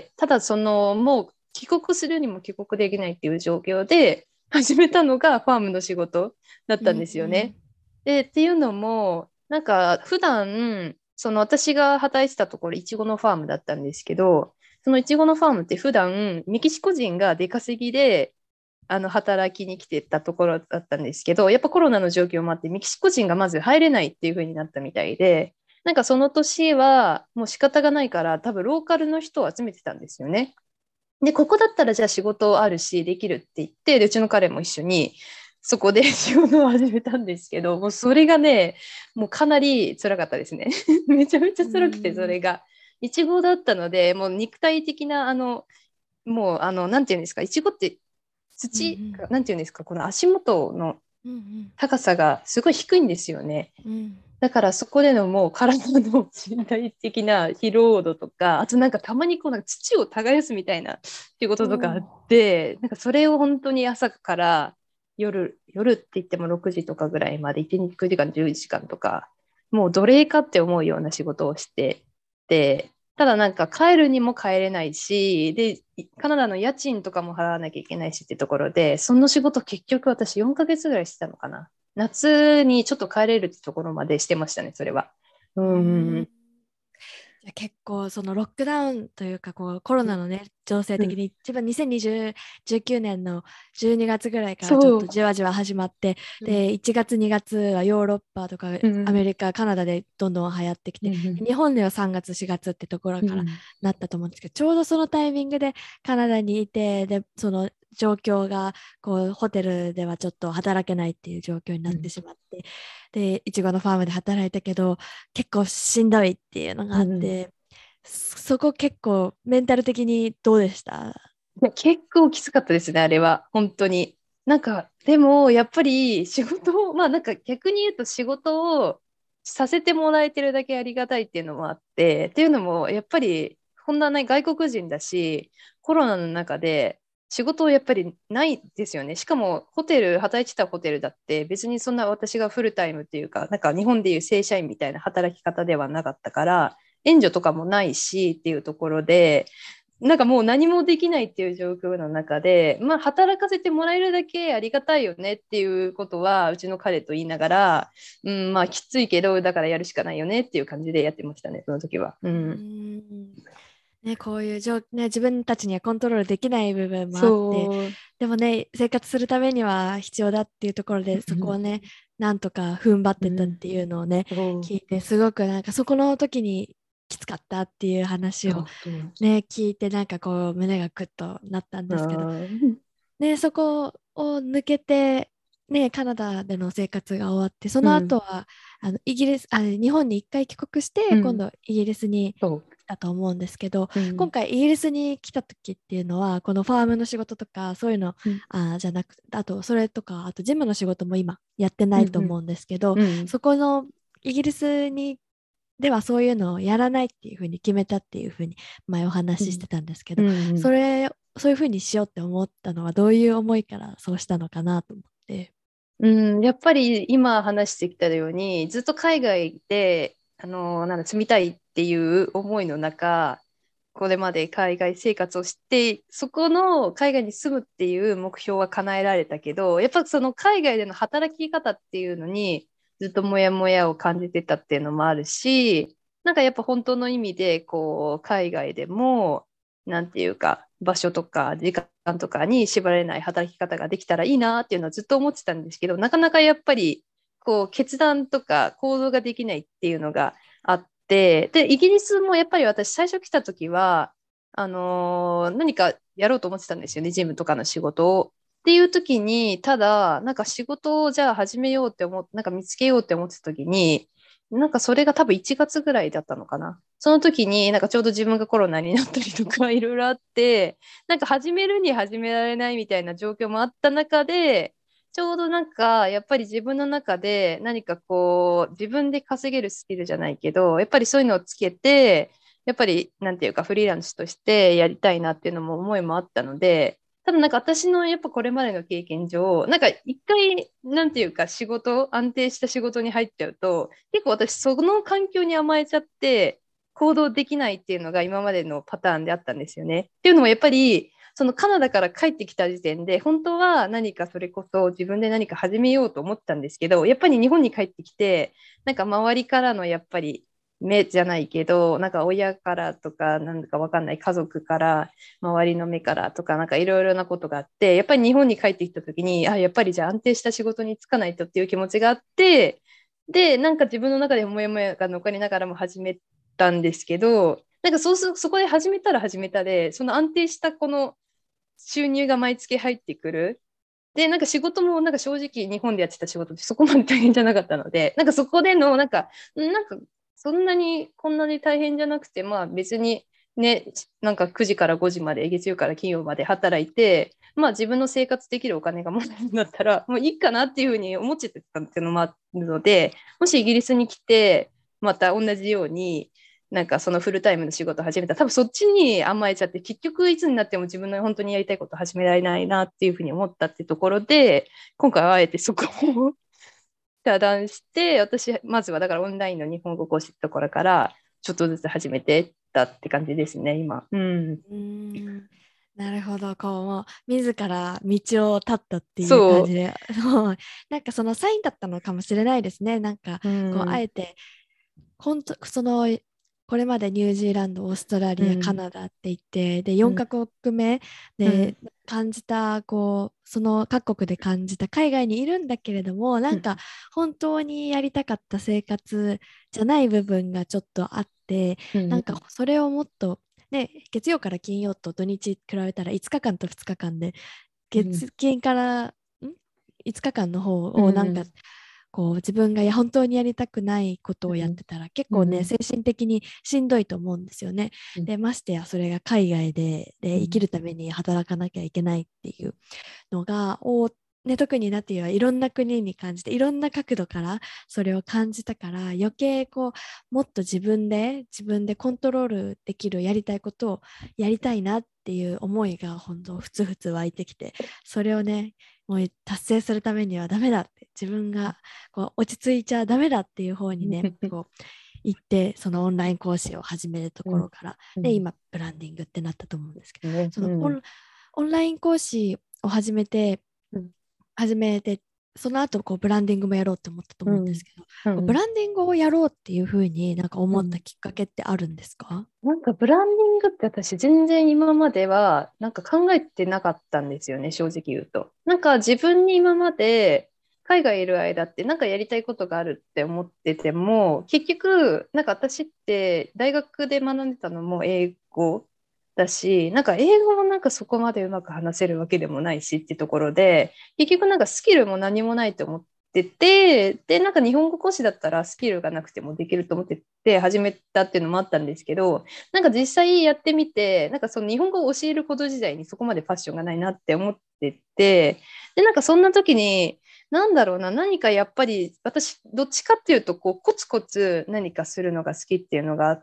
ただそのもう帰国するにも帰国できないっていう状況で始めたのがファームの仕事だっうたんですよね。 んで、っていうのも、なんか普段、その私が働いてたところ、いちごのファームだったんですけど、そのいちごのファームって普段、メキシコ人が出稼ぎで、あの働きに来てたところだったんですけど、やっぱコロナの状況もあって、メキシコ人がまず入れないっていう風になったみたいで、なんかその年はもう仕方がないから、多分ローカルの人を集めてたんですよね。で、ここだったらじゃあ仕事あるし、できるって言って、で、うちの彼も一緒に、そこで仕事を始めたんですけど、もうそれがね、もうかなり辛かったですね。めちゃめちゃう辛くて、そんれが。いちごだったので、もう肉体的な、あの、もう、あの、なんていうんですか、いちごってうん土、なんていうんですか、この足元のうんうん高さがすごい低いんですよね。 うんだからそこでのもう体の身体的な疲労度とか、あとなんかたまにこうなんか土を耕すみたいなっていうこととかあっおーて、なんかそれを本当に朝から夜、夜って言ってもろくじとかぐらいまでいちにちくじかん、じゅうじかんとか、もう奴隷かって思うような仕事をしてて、ただなんか帰るにも帰れないし、で、カナダの家賃とかも払わなきゃいけないしってところで、その仕事結局私よんかげつぐらいしてたのかな。夏にちょっと帰れるってところまでしてましたね、それは。ううん。 ん。じゃあ結構そのロックダウンというかこうコロナのね情勢うん、 的に自分にせんにじゅうきゅうねんのじゅうにがつぐらいからちょっそう。 とじわじわ始まってうん。 でいちがつにがつはヨーロッパとかうん。 アメリカカナダでどんどん流行ってきてうん。 日本ではさんがつしがつってところからうん。 なったと思うんですけどちょうどそのタイミングでカナダにいてでその状況がこうホテルではちょっと働けないっていう状況になってしまってでいちごのファームで働いたけど結構しんどいっていうのがあっうん。 てそそこ結構メンタル的にどうでした？ いや、結構きつかったですね、あれは。本当に。なんか、でも、やっぱり仕事を、まあなんか逆に言うと仕事をさせてもらえてるだけありがたいっていうのもあって、っていうのも、やっぱり、こんなね、外国人だし、コロナの中で仕事をやっぱりないですよね。しかも、ホテル、働いてたホテルだって、別にそんな私がフルタイムっていうか、なんか日本でいう正社員みたいな働き方ではなかったから、援助とかもないしっていうところで、なんかもう何もできないっていう状況の中で、まあ、働かせてもらえるだけありがたいよねっていうことは、うちの彼と言いながら、うん、まあ、きついけど、だからやるしかないよねっていう感じでやってましたね、その時は。ううーん。 んね、こういう状、ね、自分たちにはコントロールできない部分もあって、 そう。 でもね、生活するためには必要だっていうところで、そこをね、なんとか踏ん張ってたっうん。 ていうのをね、 そう。 聞いて、すごくなんかそこの時にきつかったっていう話をそうそうね、聞いて、なんかこう胸がクッとなったんあですけど、 ーね、そこを抜けて、ね、カナダでの生活が終わって、そのうん。 後はあのイギリス、あ、日本に一回帰国して、今うん。 度イギリスにそう。 来たと思うんですけど、 うん。 今回イギリスに来た時っていうのは、このファームの仕事とか、そういうのうん。 あじゃなくて、あとそれとか、あとジムの仕事も今やってなうん。 いと思うんですけど、 うん。 そこのイギリスにではそういうのをやらないっていうふうに決めたっていうふうに前おうん。 話ししてたんですけど、 うん。うん。 それ、そういうふうにしようって思ったのはどういう思いからそうしたのかなと思って。 うん、やっぱり今話してきたように、ずっと海外で、あの、なんだ、住みたいっていう思いの中、これまで海外生活をして、そこの海外に住むっていう目標は叶えられたけど、やっぱその海外での働き方っていうのに、ずっとモヤモヤを感じてたっていうのもあるし、なんかやっぱ本当の意味で、こう、海外でも、なんていうか、場所とか時間とかに縛られない働き方ができたらいいなっていうのはずっと思ってたんですけど、なかなかやっぱり、こう、決断とか行動ができないっていうのがあって、で、イギリスもやっぱり私最初来た時は、あのー何かやろうと思ってたんですよね、ジムとかの仕事を。っていう時に、ただ、なんか仕事をじゃあ始めようって思って、なんか見つけようって思ってた時に、なんかそれが多分いちがつぐらいだったのかな。その時になんかちょうど自分がコロナになったりとかいろいろあって、なんか始めるに始められないみたいな状況もあった中で、ちょうどなんかやっぱり自分の中で何かこう自分で稼げるスキルじゃないけど、やっぱりそういうのをつけて、やっぱりなんていうかフリーランスとしてやりたいなっていうのも思いもあったので、 ただなんか私のやっぱこれまでの経験上、なんか一回、なんていうか仕事、安定した仕事に入っちゃうと、結構私その環境に甘えちゃって行動できないっていうのが今までのパターンであったんですよね。っていうのもやっぱり、そのカナダから帰ってきた時点で、本当は何かそれこそ自分で何か始めようと思ったんですけど、やっぱり日本に帰ってきて、なんか周りからのやっぱり目じゃないけど、なんか親からとか、なんだかわかんない家族から、周りの目からとか、なんかいろいろなことがあって、やっぱり日本に帰ってきた時に、あ、やっぱりじゃあ安定した仕事に就かないとっていう気持ちがあって、で、なんか自分の中でもやもやが残りながらも始めたんですけど、なんかそうすそこで始めたら始めたで、その安定したこの収入が毎月入ってくる。で、なんか仕事もなんか正直日本でやってた仕事ってそこまで大変じゃなかったので、なんかそこでのなんか、なんかそんなにこんなに大変じゃなくて、まあ別にね、なんかくじからごじまで月曜から金曜まで働いて、まあ自分の生活できるお金がもらえるんだったら、もういいかなっていうふうに思っちゃってたっていうのもあるので、もしイギリスに来て、また同じように、なんかそのフルタイムの仕事を始めたら多分そっちに甘えちゃって結局いつになっても自分の本当にやりたいことを始められないなっていうふうに思ったってところで今回はあえてそこを遮断して私まずはだからオンラインの日本語講師ってところからちょっとずつ始めてったって感じですね今。うん、 うーん、なるほど、こう、もう、自ら道を立ったっていう感そじで、もうなんかそのサインだったのかもしれないですね。なんか、 う、うこう、あんえて、本当、その、これまでニュージーランド、オーストラリア、カうんナダって言って、で、よんカ国目でうん感じた、こう、その各国で感じた、海外にいるんだけれども、なんか、本当にやりたかった生活じゃない部分がちょっとあって、 うんなんか、それをもっと、ね、月曜から金曜と土日比べたらいつかかんとふつかかんで、 うん月金からんいつかかんの方うをなんかんこう自分がや本当にやりたくないことをやっうんてたら結構ねうん精神的にしんどいと思うんですよね。 うんでましてやそれが海外で、で生きうんるために働かなきゃいけないっていうのがを、ね、特になってはいろんな国に感じていろんな角度からそれを感じたから余計こうもっと自分で自分でコントロールできるやりたいことをやりたいなっていう思いが本当ふつふつ湧いてきて、それをねもう達成するためにはダメだって自分がこう落ち着いちゃダメだっていう方にねこう行ってそのオンライン講師を始めるところからで今ブランディングってなったと思うんですけど、 ねうんそのオンオンライン講師を始めてうん始めてその後こうブランディングもやろうと思ったとうん思うんですけど、こうブうんランディングをやろうっていうふうになんか思ったうんきっかけってあるんですか？ なんかブランディングって私全然今まではなんか考えてなかったんですよね、正直言うと。なんか自分に今まで海外いる間ってなんかやりたいことがあるって思ってても、結局なんか私って大学で学んでたのも英語だし、なんか英語もなんかそこまでうまく話せるわけでもないしってところで、結局なんかスキルも何もないと思ってて、で、なんか日本語講師だったらスキルがなくてもできると思ってて始めたっていうのもあったんですけど、なんか実際やってみて、なんかその日本語を教えること自体にそこまでパッションがないなって思ってて、で、なんかそんな時に、なんだろうな、何かやっぱり私、どっちかっていうと、こう、コツコツ何かするのが好きっていうのがあって、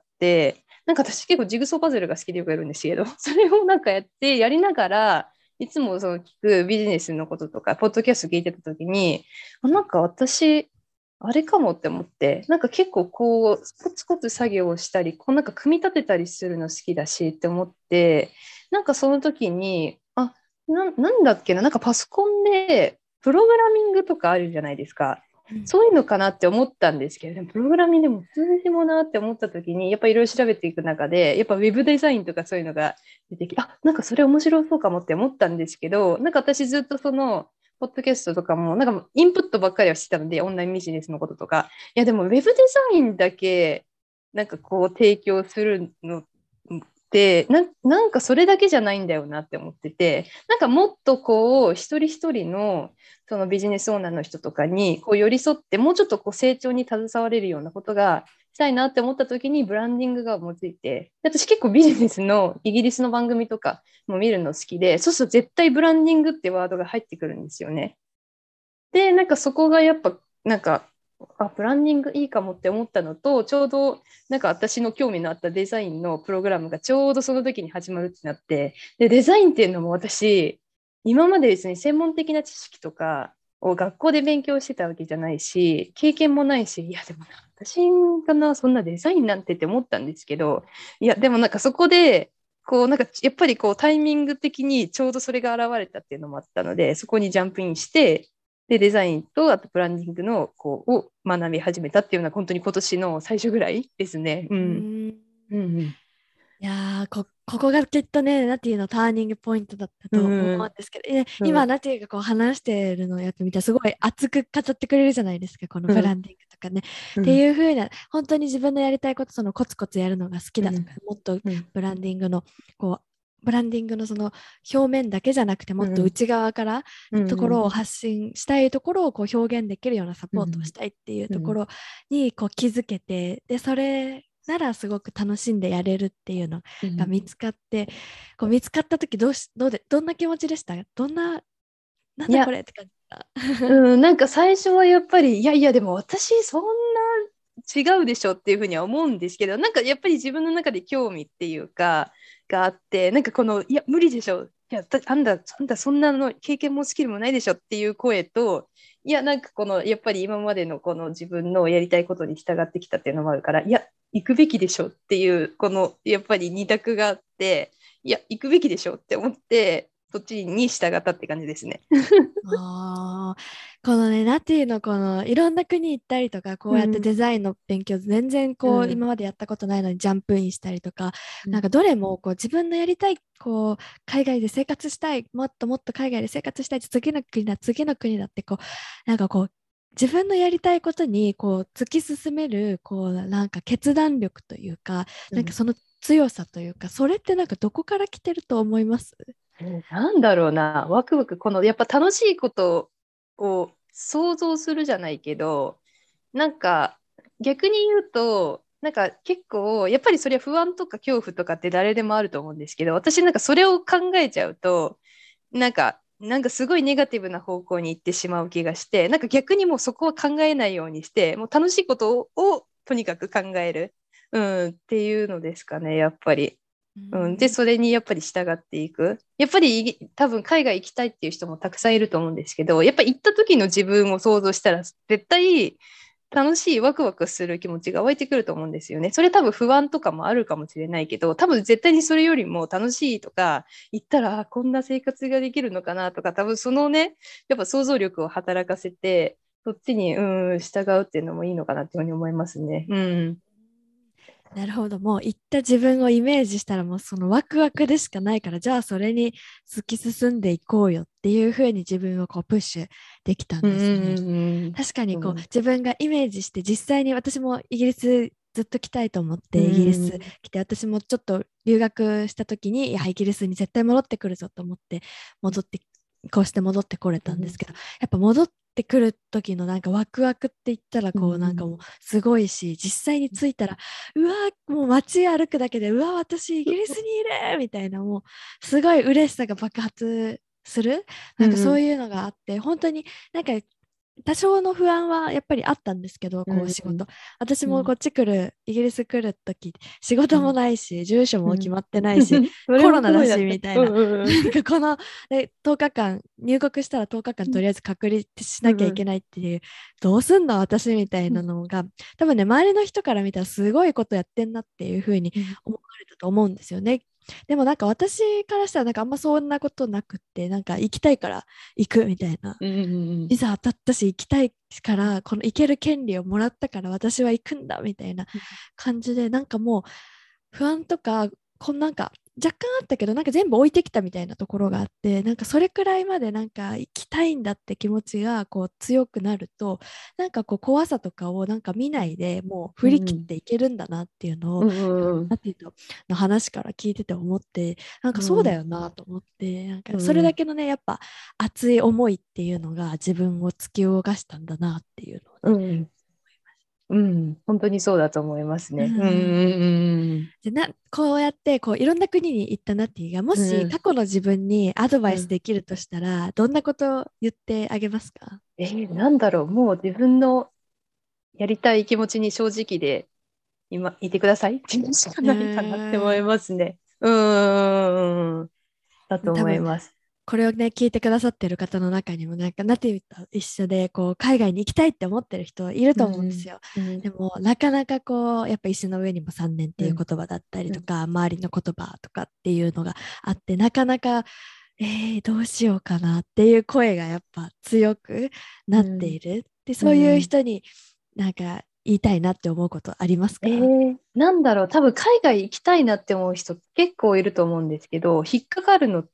なんか私結構ジグソーパズルが好きでよくやるんですけど、それをなんかやって、やりながら、いつもその聞くビジネスのこととか、ポッドキャスト聞いてた時に、あなんか私、あれかもって思って、なんか結構こう、コツコツ作業をしたり、こうなんか組み立てたりするの好きだしって思って、なんかその時に、あ、な、なんだっけな、なんかパソコンでプログラミングとかあるじゃないですか。 うんそういうのかなって思ったんですけれども、プログラミングでも数字もなって思った時に、やっぱいろいろ調べていく中で、やっぱウェブデザインとかそういうのが出てきて、あ、なんかそれ面白そうかもって思ったんですけど、なんか私ずっとその、ポッドキャストとかも、なんかインプットばっかりはしてたので、オンラインビジネスのこととか。いや、でもウェブデザインだけ、なんかこう提供するのって、な、なんかそれだけじゃないんだよなって思ってて、なんかもっとこう、一人一人のそのビジネスオーナーの人とかにこう寄り添って、もうちょっとこう成長に携われるようなことがしたいなって思った時にブランディングが思いついて、私結構ビジネスのイギリスの番組とかも見るの好きで、そうすると絶対ブランディングってワードが入ってくるんですよね。で、なんかそこがやっぱ、なんか、あ、ブランディングいいかもって思ったのと、ちょうどなんか私の興味のあったデザインのプログラムがちょうどその時に始まるってなって、で、デザインっていうのも私、 今までですね、専門的な知識とかを学校で勉強してたわけじゃないし、経験もないし、いや、でもな、私がな、そんなデザインなんてって思ったんですけど、いや、でもなんかそこで、こう、なんかやっぱりこうタイミング的にちょうどそれが現れたっていうのもあったので、そこにジャンプインして、で、デザインと、あとブランディングの、こう、を学び始めたっていうのは、本当に今年の最初ぐらいですね。ううん。 ーん。 うん。 いやーこ、ここがきっとね、なんていうの、ターニングポイントだったうと思うんん。 ですけど、え今、 うん。 なんていうか、こう話してるのをやってみたら、すごい熱く語ってくれるじゃないですか、このうん。 ブランディングとかね。ってうん。 いう風な、本当に自分のやりたいこと、そのコツコツやるのが好きうん。 だとか、もっとうん。 ブランディングの、こう、ブランディングのその表面だけじゃなくて、もうん。 っと内側からうん。 ところを発信したいところをこう表現できるようなサポートをうん。 したいっていううん。 ところにこう気づけて、で、それならすごく楽しんでやれるっていうのうん。 が見つかって、こう見つかった時どうし、どうで、どんな気持ちでした？どんな、なんいや、 だこれって感じだった？ うん、なんか最初はやっぱり、いやいや、でも私、そんな違うでしょっていうふうには思うんですけど、なんかやっぱり自分の中で興味っていうか、があって、なんかこの、いや、無理でしょ。いや、だあんだ、あんだ、そんなの経験もスキルもないでしょっていう声と、いや、なんかこの、やっぱり今までのこの自分のやりたいことに従ってきたっていうのもあるから、いや、行くべきでしょっていう、この、やっぱり二択があって、いや、行くべきでしょって思って、そっちに従ったって感じですね。 ああ、このね、ナティのこのいろんな国行ったりとか、こうやってうん、 デザインの勉強全然こううん、 今までやったことないのにジャンプインしたりとか、 うん、 なんかどれもこう自分のやりたい、こう海外で生活したい、もっともっと海外で生活したい、次の国だ、次の国だってこう、なんかこう自分のやりたいことにこう突き進める、こうなんか決断力というか、 うん。 なんかその強さというか、それってなんかどこから来てると思います？ なんだろうな、ワクワク、この、やっぱ楽しいことを想像するじゃないけど、なんか逆に言うと、なんか結構、やっぱりそれは不安とか恐怖とかって誰でもあると思うんですけど、私なんかそれを考えちゃうと、なんか、なんかすごいネガティブな方向に行ってしまう気がして、なんか逆にもうそこは考えないようにして、もう楽しいことを、をとにかく考える、うん、っていうのですかね、やっぱり。 ううん、で、 ん。 それにやっぱり従っていく。やっぱり多分海外行きたいっていう人もたくさんいると思うんですけど、やっぱり行った時の自分を想像したら絶対楽しいワクワクする気持ちが湧いてくると思うんですよね。それ多分不安とかもあるかもしれないけど、多分絶対にそれよりも楽しいとか、行ったらあこんな生活ができるのかなとか、多分そのね、やっぱ想像力を働かせて、そっちに、うん、従うっていうのもいいのかなっていうふうに思いますね。うん。 なるほど。もう行った自分をイメージしたらもうそのワクワクでしかないから、じゃあそれに突き進んでいこうよっていうふうに自分をこうプッシュできたんうんですね。 うん確かにこううん。 自分がイメージして実際に私もイギリスずっと来たいと思っうてイギリスん。 来て、私もちょっと留学した時にいやイギリスに絶対戻ってくるぞと思って戻ってこうして戻ってこれうん。 たんですけど、やっぱ戻ってくる時のなんかワクワクって言ったらうこうなんかん。 もうすごいし、実際に着いたらうわもう街歩くだけでうわ私イギリスにいるみたいな、もうすごい嬉しさが爆発する、なんかそううん。 いうのがあって、本当になんか多少の不安はやっぱりあったんですけど、 うん。 こう仕事。私うん。 もこっち来る、イギリス来るとき、仕事もうん。 ないし、住所うん。 も決まってないし、 それもコロナだすごいなって。 しみたいな。 うんうんうん。 なんかこのでとおかかん、入国したらとおかかんとりあえず隔離しうんうん。 なきゃいけないっていう、どうすんの私みたいなのが、多分ね、周りの人から見たらすごいことやってんなっていうふうにうん。 思われたと思うんですよね。でもなんか私からしたらなんかあんまそんなことなくって、なんか行きたいから行くみたいな。 うん。 いざ当たったし行きたいから、この行ける権利をもらったから私は行くんだみたいな感じで、なんかもう不安とかこんなんか若干あったけど、なんか全部置いてきたみたいなところがあって、なんかそれくらいまでなんか行きたいんだって気持ちがこう強くなると、なんかこう怖さとかをなんか見ないでもう振り切っていけるんだなっていうのを、 うんうん。 ナティとの話から聞いてて思って、なんかうそうだん。 よなと思って、なんかそれだうん。 けのねやっぱ熱い思いっていうのが自分を突き動かしたんだなっていうのをね。 うん。うん。本当にそうだと思いますうね。うんん。 うん。 でなこうやってこういろんな国に行ったナティがもうん。 し過去の自分にアドバイスうん。 できるとしたらどんなことを言ってあげますか？ えー、なんだろう。もう自分のやりたい気持ちに正直で今いてくださいっていうしかうないかなって思いーん。 ますね。うん。だと多分思います。 これをね聞いてくださってる方の中にもなんかナティブと一緒でこう海外に行きたいって思ってる人いると思うんですよ。 うんでもなかなかこうやっぱ石の上にもさんねんっていううん言葉だったりうんとか周りの言葉とかっていうのがあってなかなかえー、どうしようかなっていう声がやっぱ強くなってうんいる。で、 うそういうん人になんか言いたいなって思うことありますえか？ ー、なんだろう、多分海外行きたいなって思う人結構いると思うんですけど、引っかかるのって、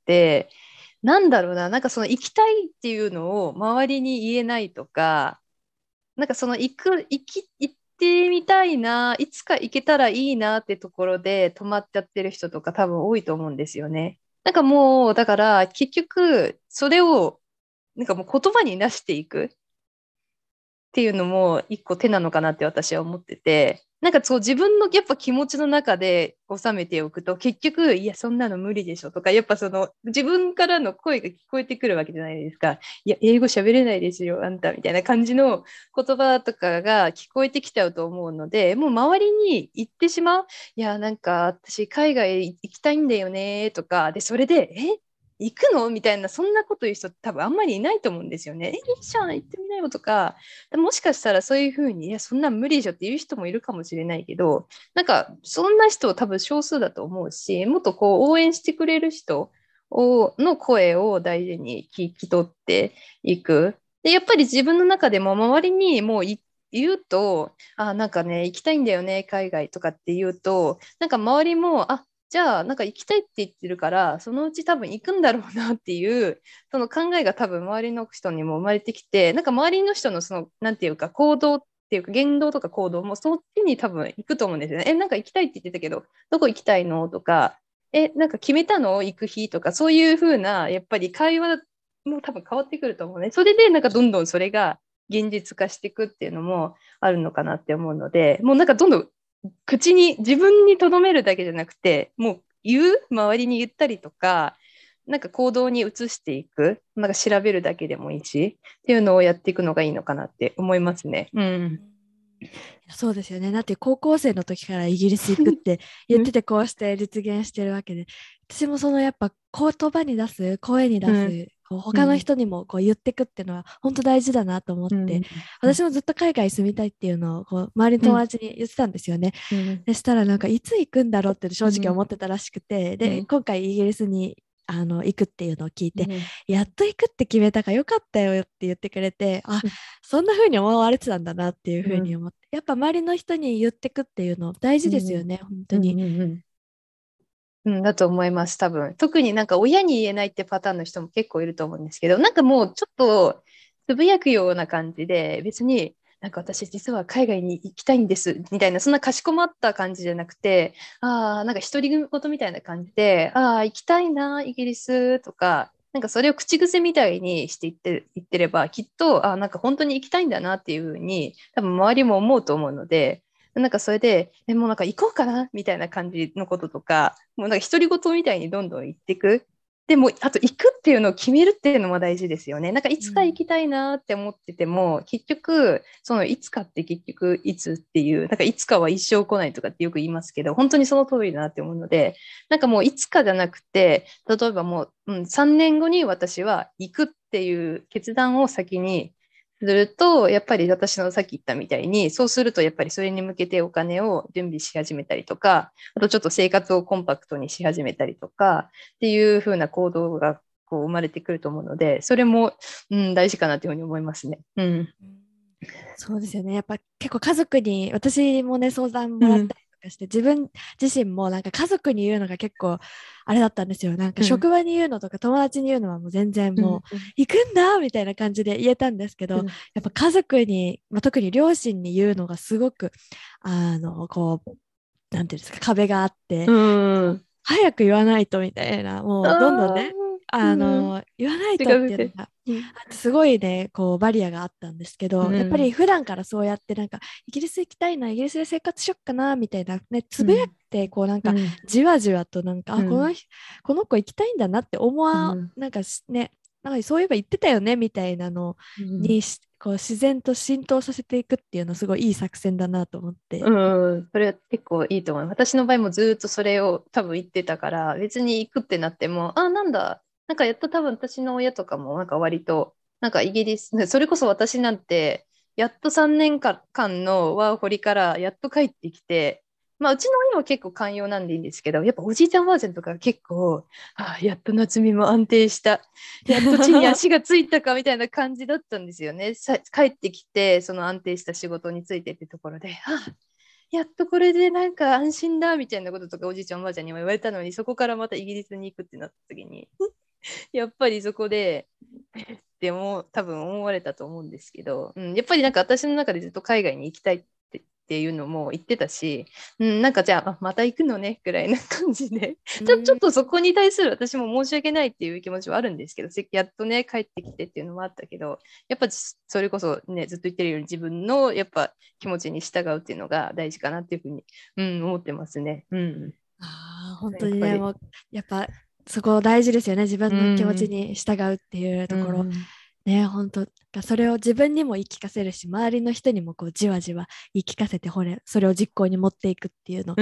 なんだろうな、なんかその行きたいっていうのを周りに言えないとか、なんかその行く、行き、行ってみたいな、いつか行けたらいいなってところで止まっちゃってる人とか多分多いと思うんですよね。なんかもう、だから結局、それを、なんかもう言葉に出していく。っていうのも一個手なのかなって私は思ってて、なんかそう自分のやっぱ気持ちの中で収めておくと結局、いや、そんなの無理でしょとか、やっぱその自分からの声が聞こえてくるわけじゃないですか。いや、英語喋れないですよ、あんたみたいな感じの言葉とかが聞こえてきちゃうと思うので、もう周りに言ってしまう。いや、なんか私海外行きたいんだよねとか、で、それで、え行くのみたいな、そんなこと言う人多分あんまりいないと思うんですよね。え、いいじゃん、行ってみなよとか、もしかしたらそういうふうに、いや、そんなん無理でしょって言う人もいるかもしれないけど、なんか、そんな人多分少数だと思うし、もっとこう、応援してくれる人をの声を大事に聞き取っていく。で、やっぱり自分の中でも周りにもうい言うと、あ、なんかね、行きたいんだよね、海外とかって言うと、なんか周りも、あ、じゃあ、なんか行きたいって言ってるから、そのうち多分行くんだろうなっていう、その考えが多分周りの人にも生まれてきて、なんか周りの人のその、なんていうか、行動っていうか、言動とか行動もそっちに多分行くと思うんですよね。え、なんか行きたいって言ってたけど、どこ行きたいのとか、え、なんか決めたの行く日とか、そういうふうな、やっぱり会話も多分変わってくると思うね。それで、なんかどんどんそれが現実化していくっていうのもあるのかなって思うので、もうなんかどんどん口に、自分に留めるだけじゃなくて、もう言う、周りに言ったりとか、なんか行動に移していく、なんか調べるだけでもいいし、っていうのをやっていくのがいいのかなって思いますね。うん。 そうですよね。だって高校生の時からイギリス行くって言っててこうして実現してるわけで、私もそのやっぱ言葉に出す、声に出うん。 す、こう他のうん。 人にもこう言ってくっていうのは本当大事だなと思って、 うん。 私もずっと海外住みたいっていうのをこう周りの友うん。 達に言ってたんですよね。 うん。 でしたらなんかいつ行くんだろうって正うん。 直思ってたらしくて、で、 うん。 今回イギリスにあの行くっていうのを聞いて、 うん。 やっと行くって決めたからよかったよって言ってくれて、あ、そんな風に思われてたんだなっていううん。 風に思って、やっぱ周りの人に言ってくっていうの大事ですよね、本当に。 うん。うん。うん、だと思います、多分。特になんか親に言えないってパターンの人も結構いると思うんですけど、なんかもうちょっとつぶやくような感じで、別になんか私実は海外に行きたいんですみたいな、そんなかしこまった感じじゃなくて、ああ、なんか独り言みたいな感じで、ああ、行きたいな、イギリスとか、なんかそれを口癖みたいにして言って言ってれば、きっと、ああ、なんか本当に行きたいんだなっていうふうに、多分周りも思うと思うので、なんかそれで、え、もうなんか行こうかなみたいな感じのこととか、もうなんか独り言みたいにどんどん行っていく。でも、あと行くっていうのを決めるっていうのも大事ですよね。なんかいつか行きたいなって思ってても、結局、そのいつかって結局いつっていう、なんかいつかは一生来ないとかってよく言いますけど、本当にその通りだなって思うので、なんかもういつかじゃなくて、例えばもう、うん、さんねんごに私は行くっていう決断を先にすると、やっぱり私のさっき言ったみたいに、そうするとやっぱりそれに向けてお金を準備し始めたりとか、あとちょっと生活をコンパクトにし始めたりとかっていう風な行動がこう生まれてくると思うので、それも、うん、大事かなというふうに思いますね。うん。 そうですよね。やっぱ結構家族に、私もね、相談うん。 もらったりとかして、自分自身もなんか家族に言うのが結構あれだったんですよ。なんかうん。 職場に言うのとか友達に言うのはもう全然うん。 もう行くんだみたいな感じで言えたんですけど、 うん。 やっぱ家族に、まあ、特に両親に言うのがすごく、あの、こう、なんていうんですか、壁があって、 うん。 早く言わないとみたいな、もうどんどんああ、 ね、 うん。 あの、言わないとっ近づいて。 ていうのが、 うん。 あすごいね、こう、バリアがあったんですけど、やっぱうん。 り普段からそうやってなんか、イギリス行きたいな、イギリスで生活しよっかな、みたいな、ね、つぶやいうん。 て、こうなんか、 うん。 じわじわとなんか、あ、こうん。 の人、この子行きたいんだなって思わ、 うん。 なんかしね、なんかそういえば言ってたよね、みたいなのうん。 にし、こう自然と浸透させていくっていうのはすごいいい作戦だなと思って。 うん、それは結構いいと思う。私の場合もずっとそれを多分言ってたから、別に行くってなっても、あ、なんだ、 なんかやっと多分私の親とかもなんか割と、なんかイギリス、ねそれこそ私なんて、やっとさんねんかんのワーホリからやっと帰ってきて、まあうちの親は結構寛容なんでいいんですけど、やっぱおじいちゃんおばあちゃんとか結構、ああ、やっと夏美も安定した。やっと地に足がついたかみたいな感じだったんですよね。さ帰ってきて、その安定した仕事についてってところで、ああ、やっとこれでなんか安心だみたいなこととかおじいちゃんおばあちゃんにも言われたのに、そこからまたイギリスに行くってなった時に、やっぱりそこで、でも多分思われたと思うんですけど、うん、やっぱりなんか私の中でずっと海外に行きたいってっていうのも言ってたし、うん、なんかじゃあ、あまた行くのねぐらいな感じで、ちょ、ちょっとそこに対する私も申し訳ないっていう気持ちはあるんですけど、せやっとね、帰ってきてっていうのもあったけど、やっぱそれこそね、ずっと言ってるように自分のやっぱ気持ちに従うっていうのが大事かなっていうふうに、うん、思ってますね。うん。 ああ、本当やっぱり。 にね、もうやっぱそこ大事ですよね。自う分の気持ちん。 に従うっていううところ。 ん。 ね、本当がそれを自分にも言い聞かせるし、周りの人にもこうじわじわ言い聞かせて、ほれ、それを実行に持っていくっていうの。 うん。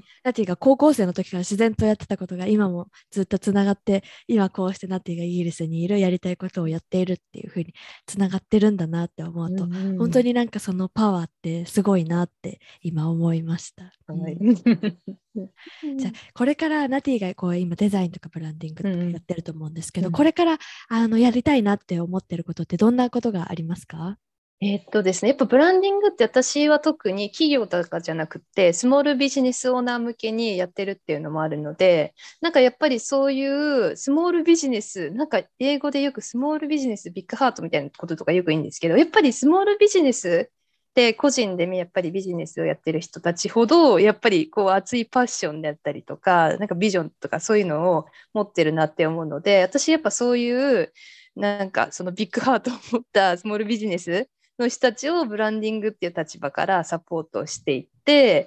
ナティが高校生の時から自然とやってたことが今もずっとつながって、今こうしてナティがイギリスにいる、やりたいことをやっているっていう風につながってるんだなって思ううん。 と、 うん。 本当になんかそのパワーってすごいなって今思いました。うはい。 ん。じゃあこれからナティがこう今デザインとかブランディングとかやうん。 ってると思うんですけど、こうん。 れからあのやりたいなって思ってることってどんなことがありますか？ えーっとですね、やっぱブランディングって私は特に企業とかじゃなくて、スモールビジネスオーナー向けにやってるっていうのもあるので、なんかやっぱりそういうスモールビジネス、なんか英語でよくスモールビジネス、ビッグハートみたいなこととかよく言うんですけど、やっぱりスモールビジネスで個人でやっぱりビジネスをやってる人たちほど、やっぱりこう熱いパッションであったりとか、なんかビジョンとかそういうのを持ってるなって思うので、私やっぱそういうなんかそのビッグハートを持ったスモールビジネスの人たちをブランディングっていう立場からサポートしていって、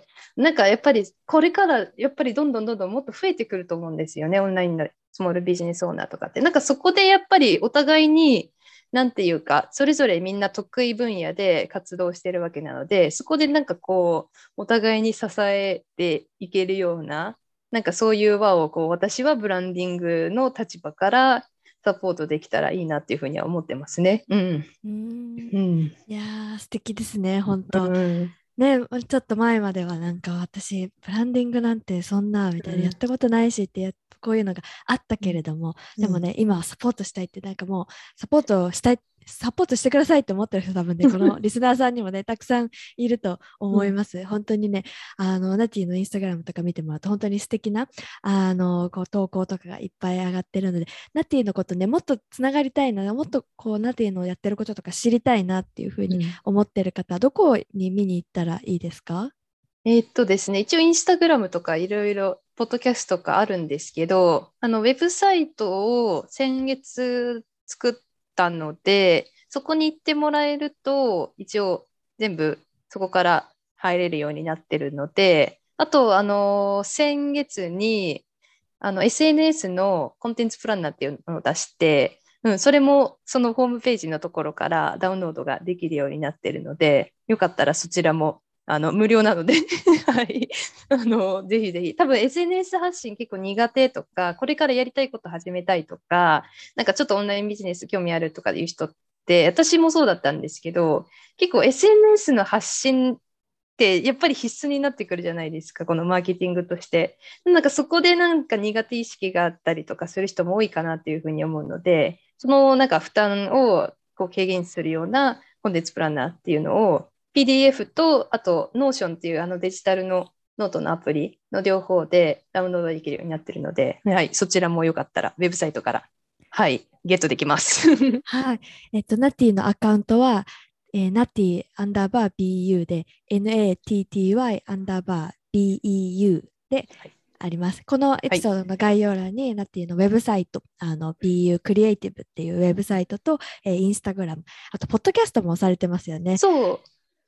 なんかやっぱりこれからやっぱりどんどんどんどんもっと増えてくると思うんですよね、オンラインのスモールビジネスオーナーとかって。なんかそこでやっぱりお互いに、なんていうか、それぞれみんな得意分野で活動してるわけなので、そこでなんかこう、お互いに支えていけるような、なんかそういう輪をこう私はブランディングの立場からサポートできたらいいなっていうふうには思ってますね。うん。 うーん。 うん。 いやー、素敵ですね、本う当。 ん。 ね、ちょっと前まではなんか私、ブランディングなんてそんなみたいな、やったことないしってや、こういうのがあったけれども、でもね、今はサポートしたいって、なんかもう、サポートしたい、サポートしてくださいって思ってる人多分ね、このリスナーさんにもね、たくさんいると思います。本当にね、あの、ナティのインスタグラムとか見てもらうと、本当に素敵な、あの、こう投稿とかがいっぱい上がってるので、ナティのことね、もっとつながりたいな、もっとこう、ナティのやってることとか知りたいなっていうふうにうん。 思ってる方、どこに見に行ったらいいですか？ えーっとですね、一応インスタグラムとかいろいろ、ポッドキャストとかあるんですけど、あの、ウェブサイトを先月作ったので、そこに行ってもらえると、一応全部そこから入れるようになってるので、あと、あの、先月に、あの、エスエヌエス のコンテンツプランナーっていうのを出して、うん、それもそのホームページのところからダウンロードができるようになってるので、よかったらそちらもあの無料なのではい、あのぜひぜひ、多分 エスエヌエス 発信結構苦手とか、これからやりたいこと始めたいとか、なんかちょっとオンラインビジネス興味あるとかいう人って、私もそうだったんですけど、結構 エスエヌエス の発信ってやっぱり必須になってくるじゃないですか、このマーケティングとして。なんかそこでなんか苦手意識があったりとかする人も多いかなっていうふうに思うので、そのなんか負担をこう軽減するようなコンテンツプランナーっていうのを ピーディーエフ とあと Notion っていうあのデジタルのノートのアプリの両方でダウンロードできるようになってるので、はい、そちらもよかったらウェブサイトから、はい、ゲットできます。 はい。えっと、ナティのアカウントは、えー、ナティアンダーバー ビーユー で、ナティアンダーバー ビーイーユー であります。このエはい。 ピソードの概要欄にナティのウェブサイト、あの ビーユー クリエイティブっていうウェブサイトと、えー、インスタグラム、あと、ポッドキャストもされてますよね。 そう。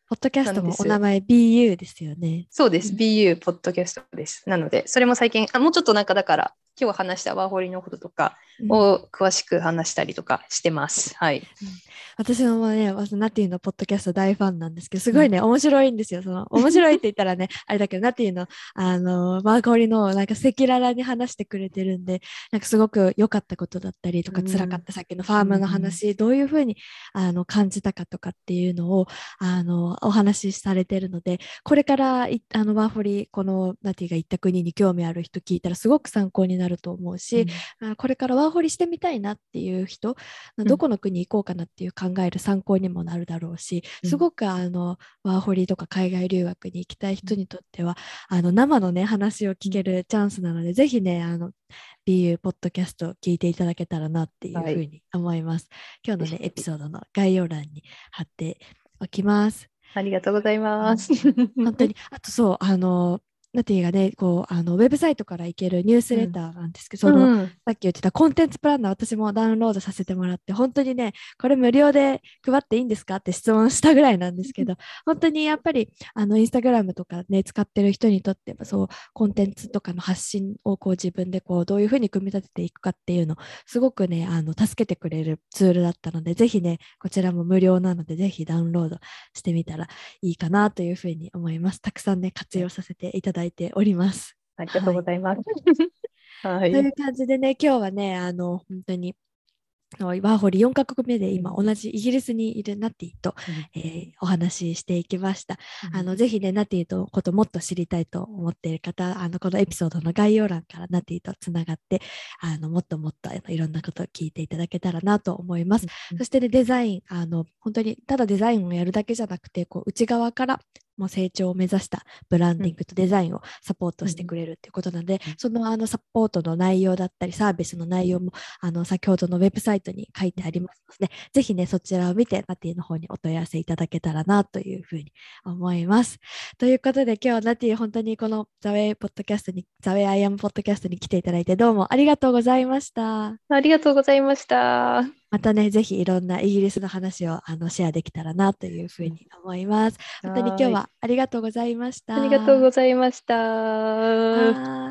ポッドキャストなんです。 もお名前 ビーユー ですよね。 そうです。ビーユー ポッドキャストです。なので、それも最近、あ、もうちょっとなんかだから、今日話したワーホリのこととかうん。 を詳しく話したりとかしてます。はい。 うん、私もね、まずナティのポッドキャスト大ファンなんですけど、すうん。 ごいね、面白いんですよ。その、面白いって言ったらね、あれだけど、ナティの、あの、マーコリの、なんか赤裸々に話してくれてるんで、なんかすごく良かったことだったりとか、辛かっうん。 たさっきのファうームのん。 話、どういうふうに、あの、感じたかとかっていうのを、あの、お話しされてるので、これからい、あの、ワーホリ、このナティが行った国に興味ある人聞いたら、すごく参考になると思うし、 うん。 あこれからワーホリしてみたいなっていう人、 うん。 どこの国行こうかなっていう考える参考にもなるだろうし、 うん。 すごくあのワーホリとか海外留学に行きたいうん。 人にとってはあの生のね話を聞うん。 けるチャンスなので、ぜひねあの ビーユー ポッドキャスト聞いていただけたらなっていうはい。 ふうに思います。今日のねエピぜひぜひ。 ソードの概要欄に貼っておきます。 ありがとうございます。 うん、本当に、あとそう、あの、ナティがね、こう、あの、ウェブサイトから行けるニュースうん。 レターなんですけど、その、 うん。 さっき言ってたコンテンツプランナー、私もダウンロードさせてもらって、本当にね、これ無料で配っていいんですかって質問したぐらいなんですけど、本当にやっぱり、あの、インスタグラムとかね、使ってる人にとっては、そう、コンテンツとかの発信をこう自分でこう、どういうふうに組み立てていくかっていうの、すごくね、あの、助けてくれるツールだったので、ぜひね、こちらも無料なので、ぜひダウンロードしてみたらいいかなというふうに思います。たくさんね、活用させていただいております。 ありがとうはい。 ございます。はい。 という感じでね、今日はね、あの、本当に、ワーホリよんカ国目で今うん。 同じイギリスにいるナティと、 うん。 えーお話ししていきました。 うん。 あのぜひね、ナティのこともっと知りたいと思っている方、あのこのエピソードの概要欄からナティとつながって、あのもっともっといろんなことを聞いていただけたらなと思います。 うん。 そしてね、デザイン、あの本当にただデザインをやるだけじゃなくて、こう内側からもう成長を目指したブランうん。 ディングとデザインをサポートうん。 してくれるっていうことなので、 うん。 そのあのサポートの内容だったり、サービスの内容もあの先ほどのウェブサイトに書いてありますので、ぜひね、そちらを見て、ナティの方にお問い合わせいただけたらなというふうに思います。ということで、今日はナティ、本当にこのザウェイポッドキャストに、ザウェイアイアムポッドキャストに来ていただいて、どうもありがとうございました。 ありがとうございました。 またね、ぜひいろんなイギリスの話をあのシェアできたらなというふうに思います。本当に今日はい。 はありがとうございましありがとうた。 ございました。 はーい。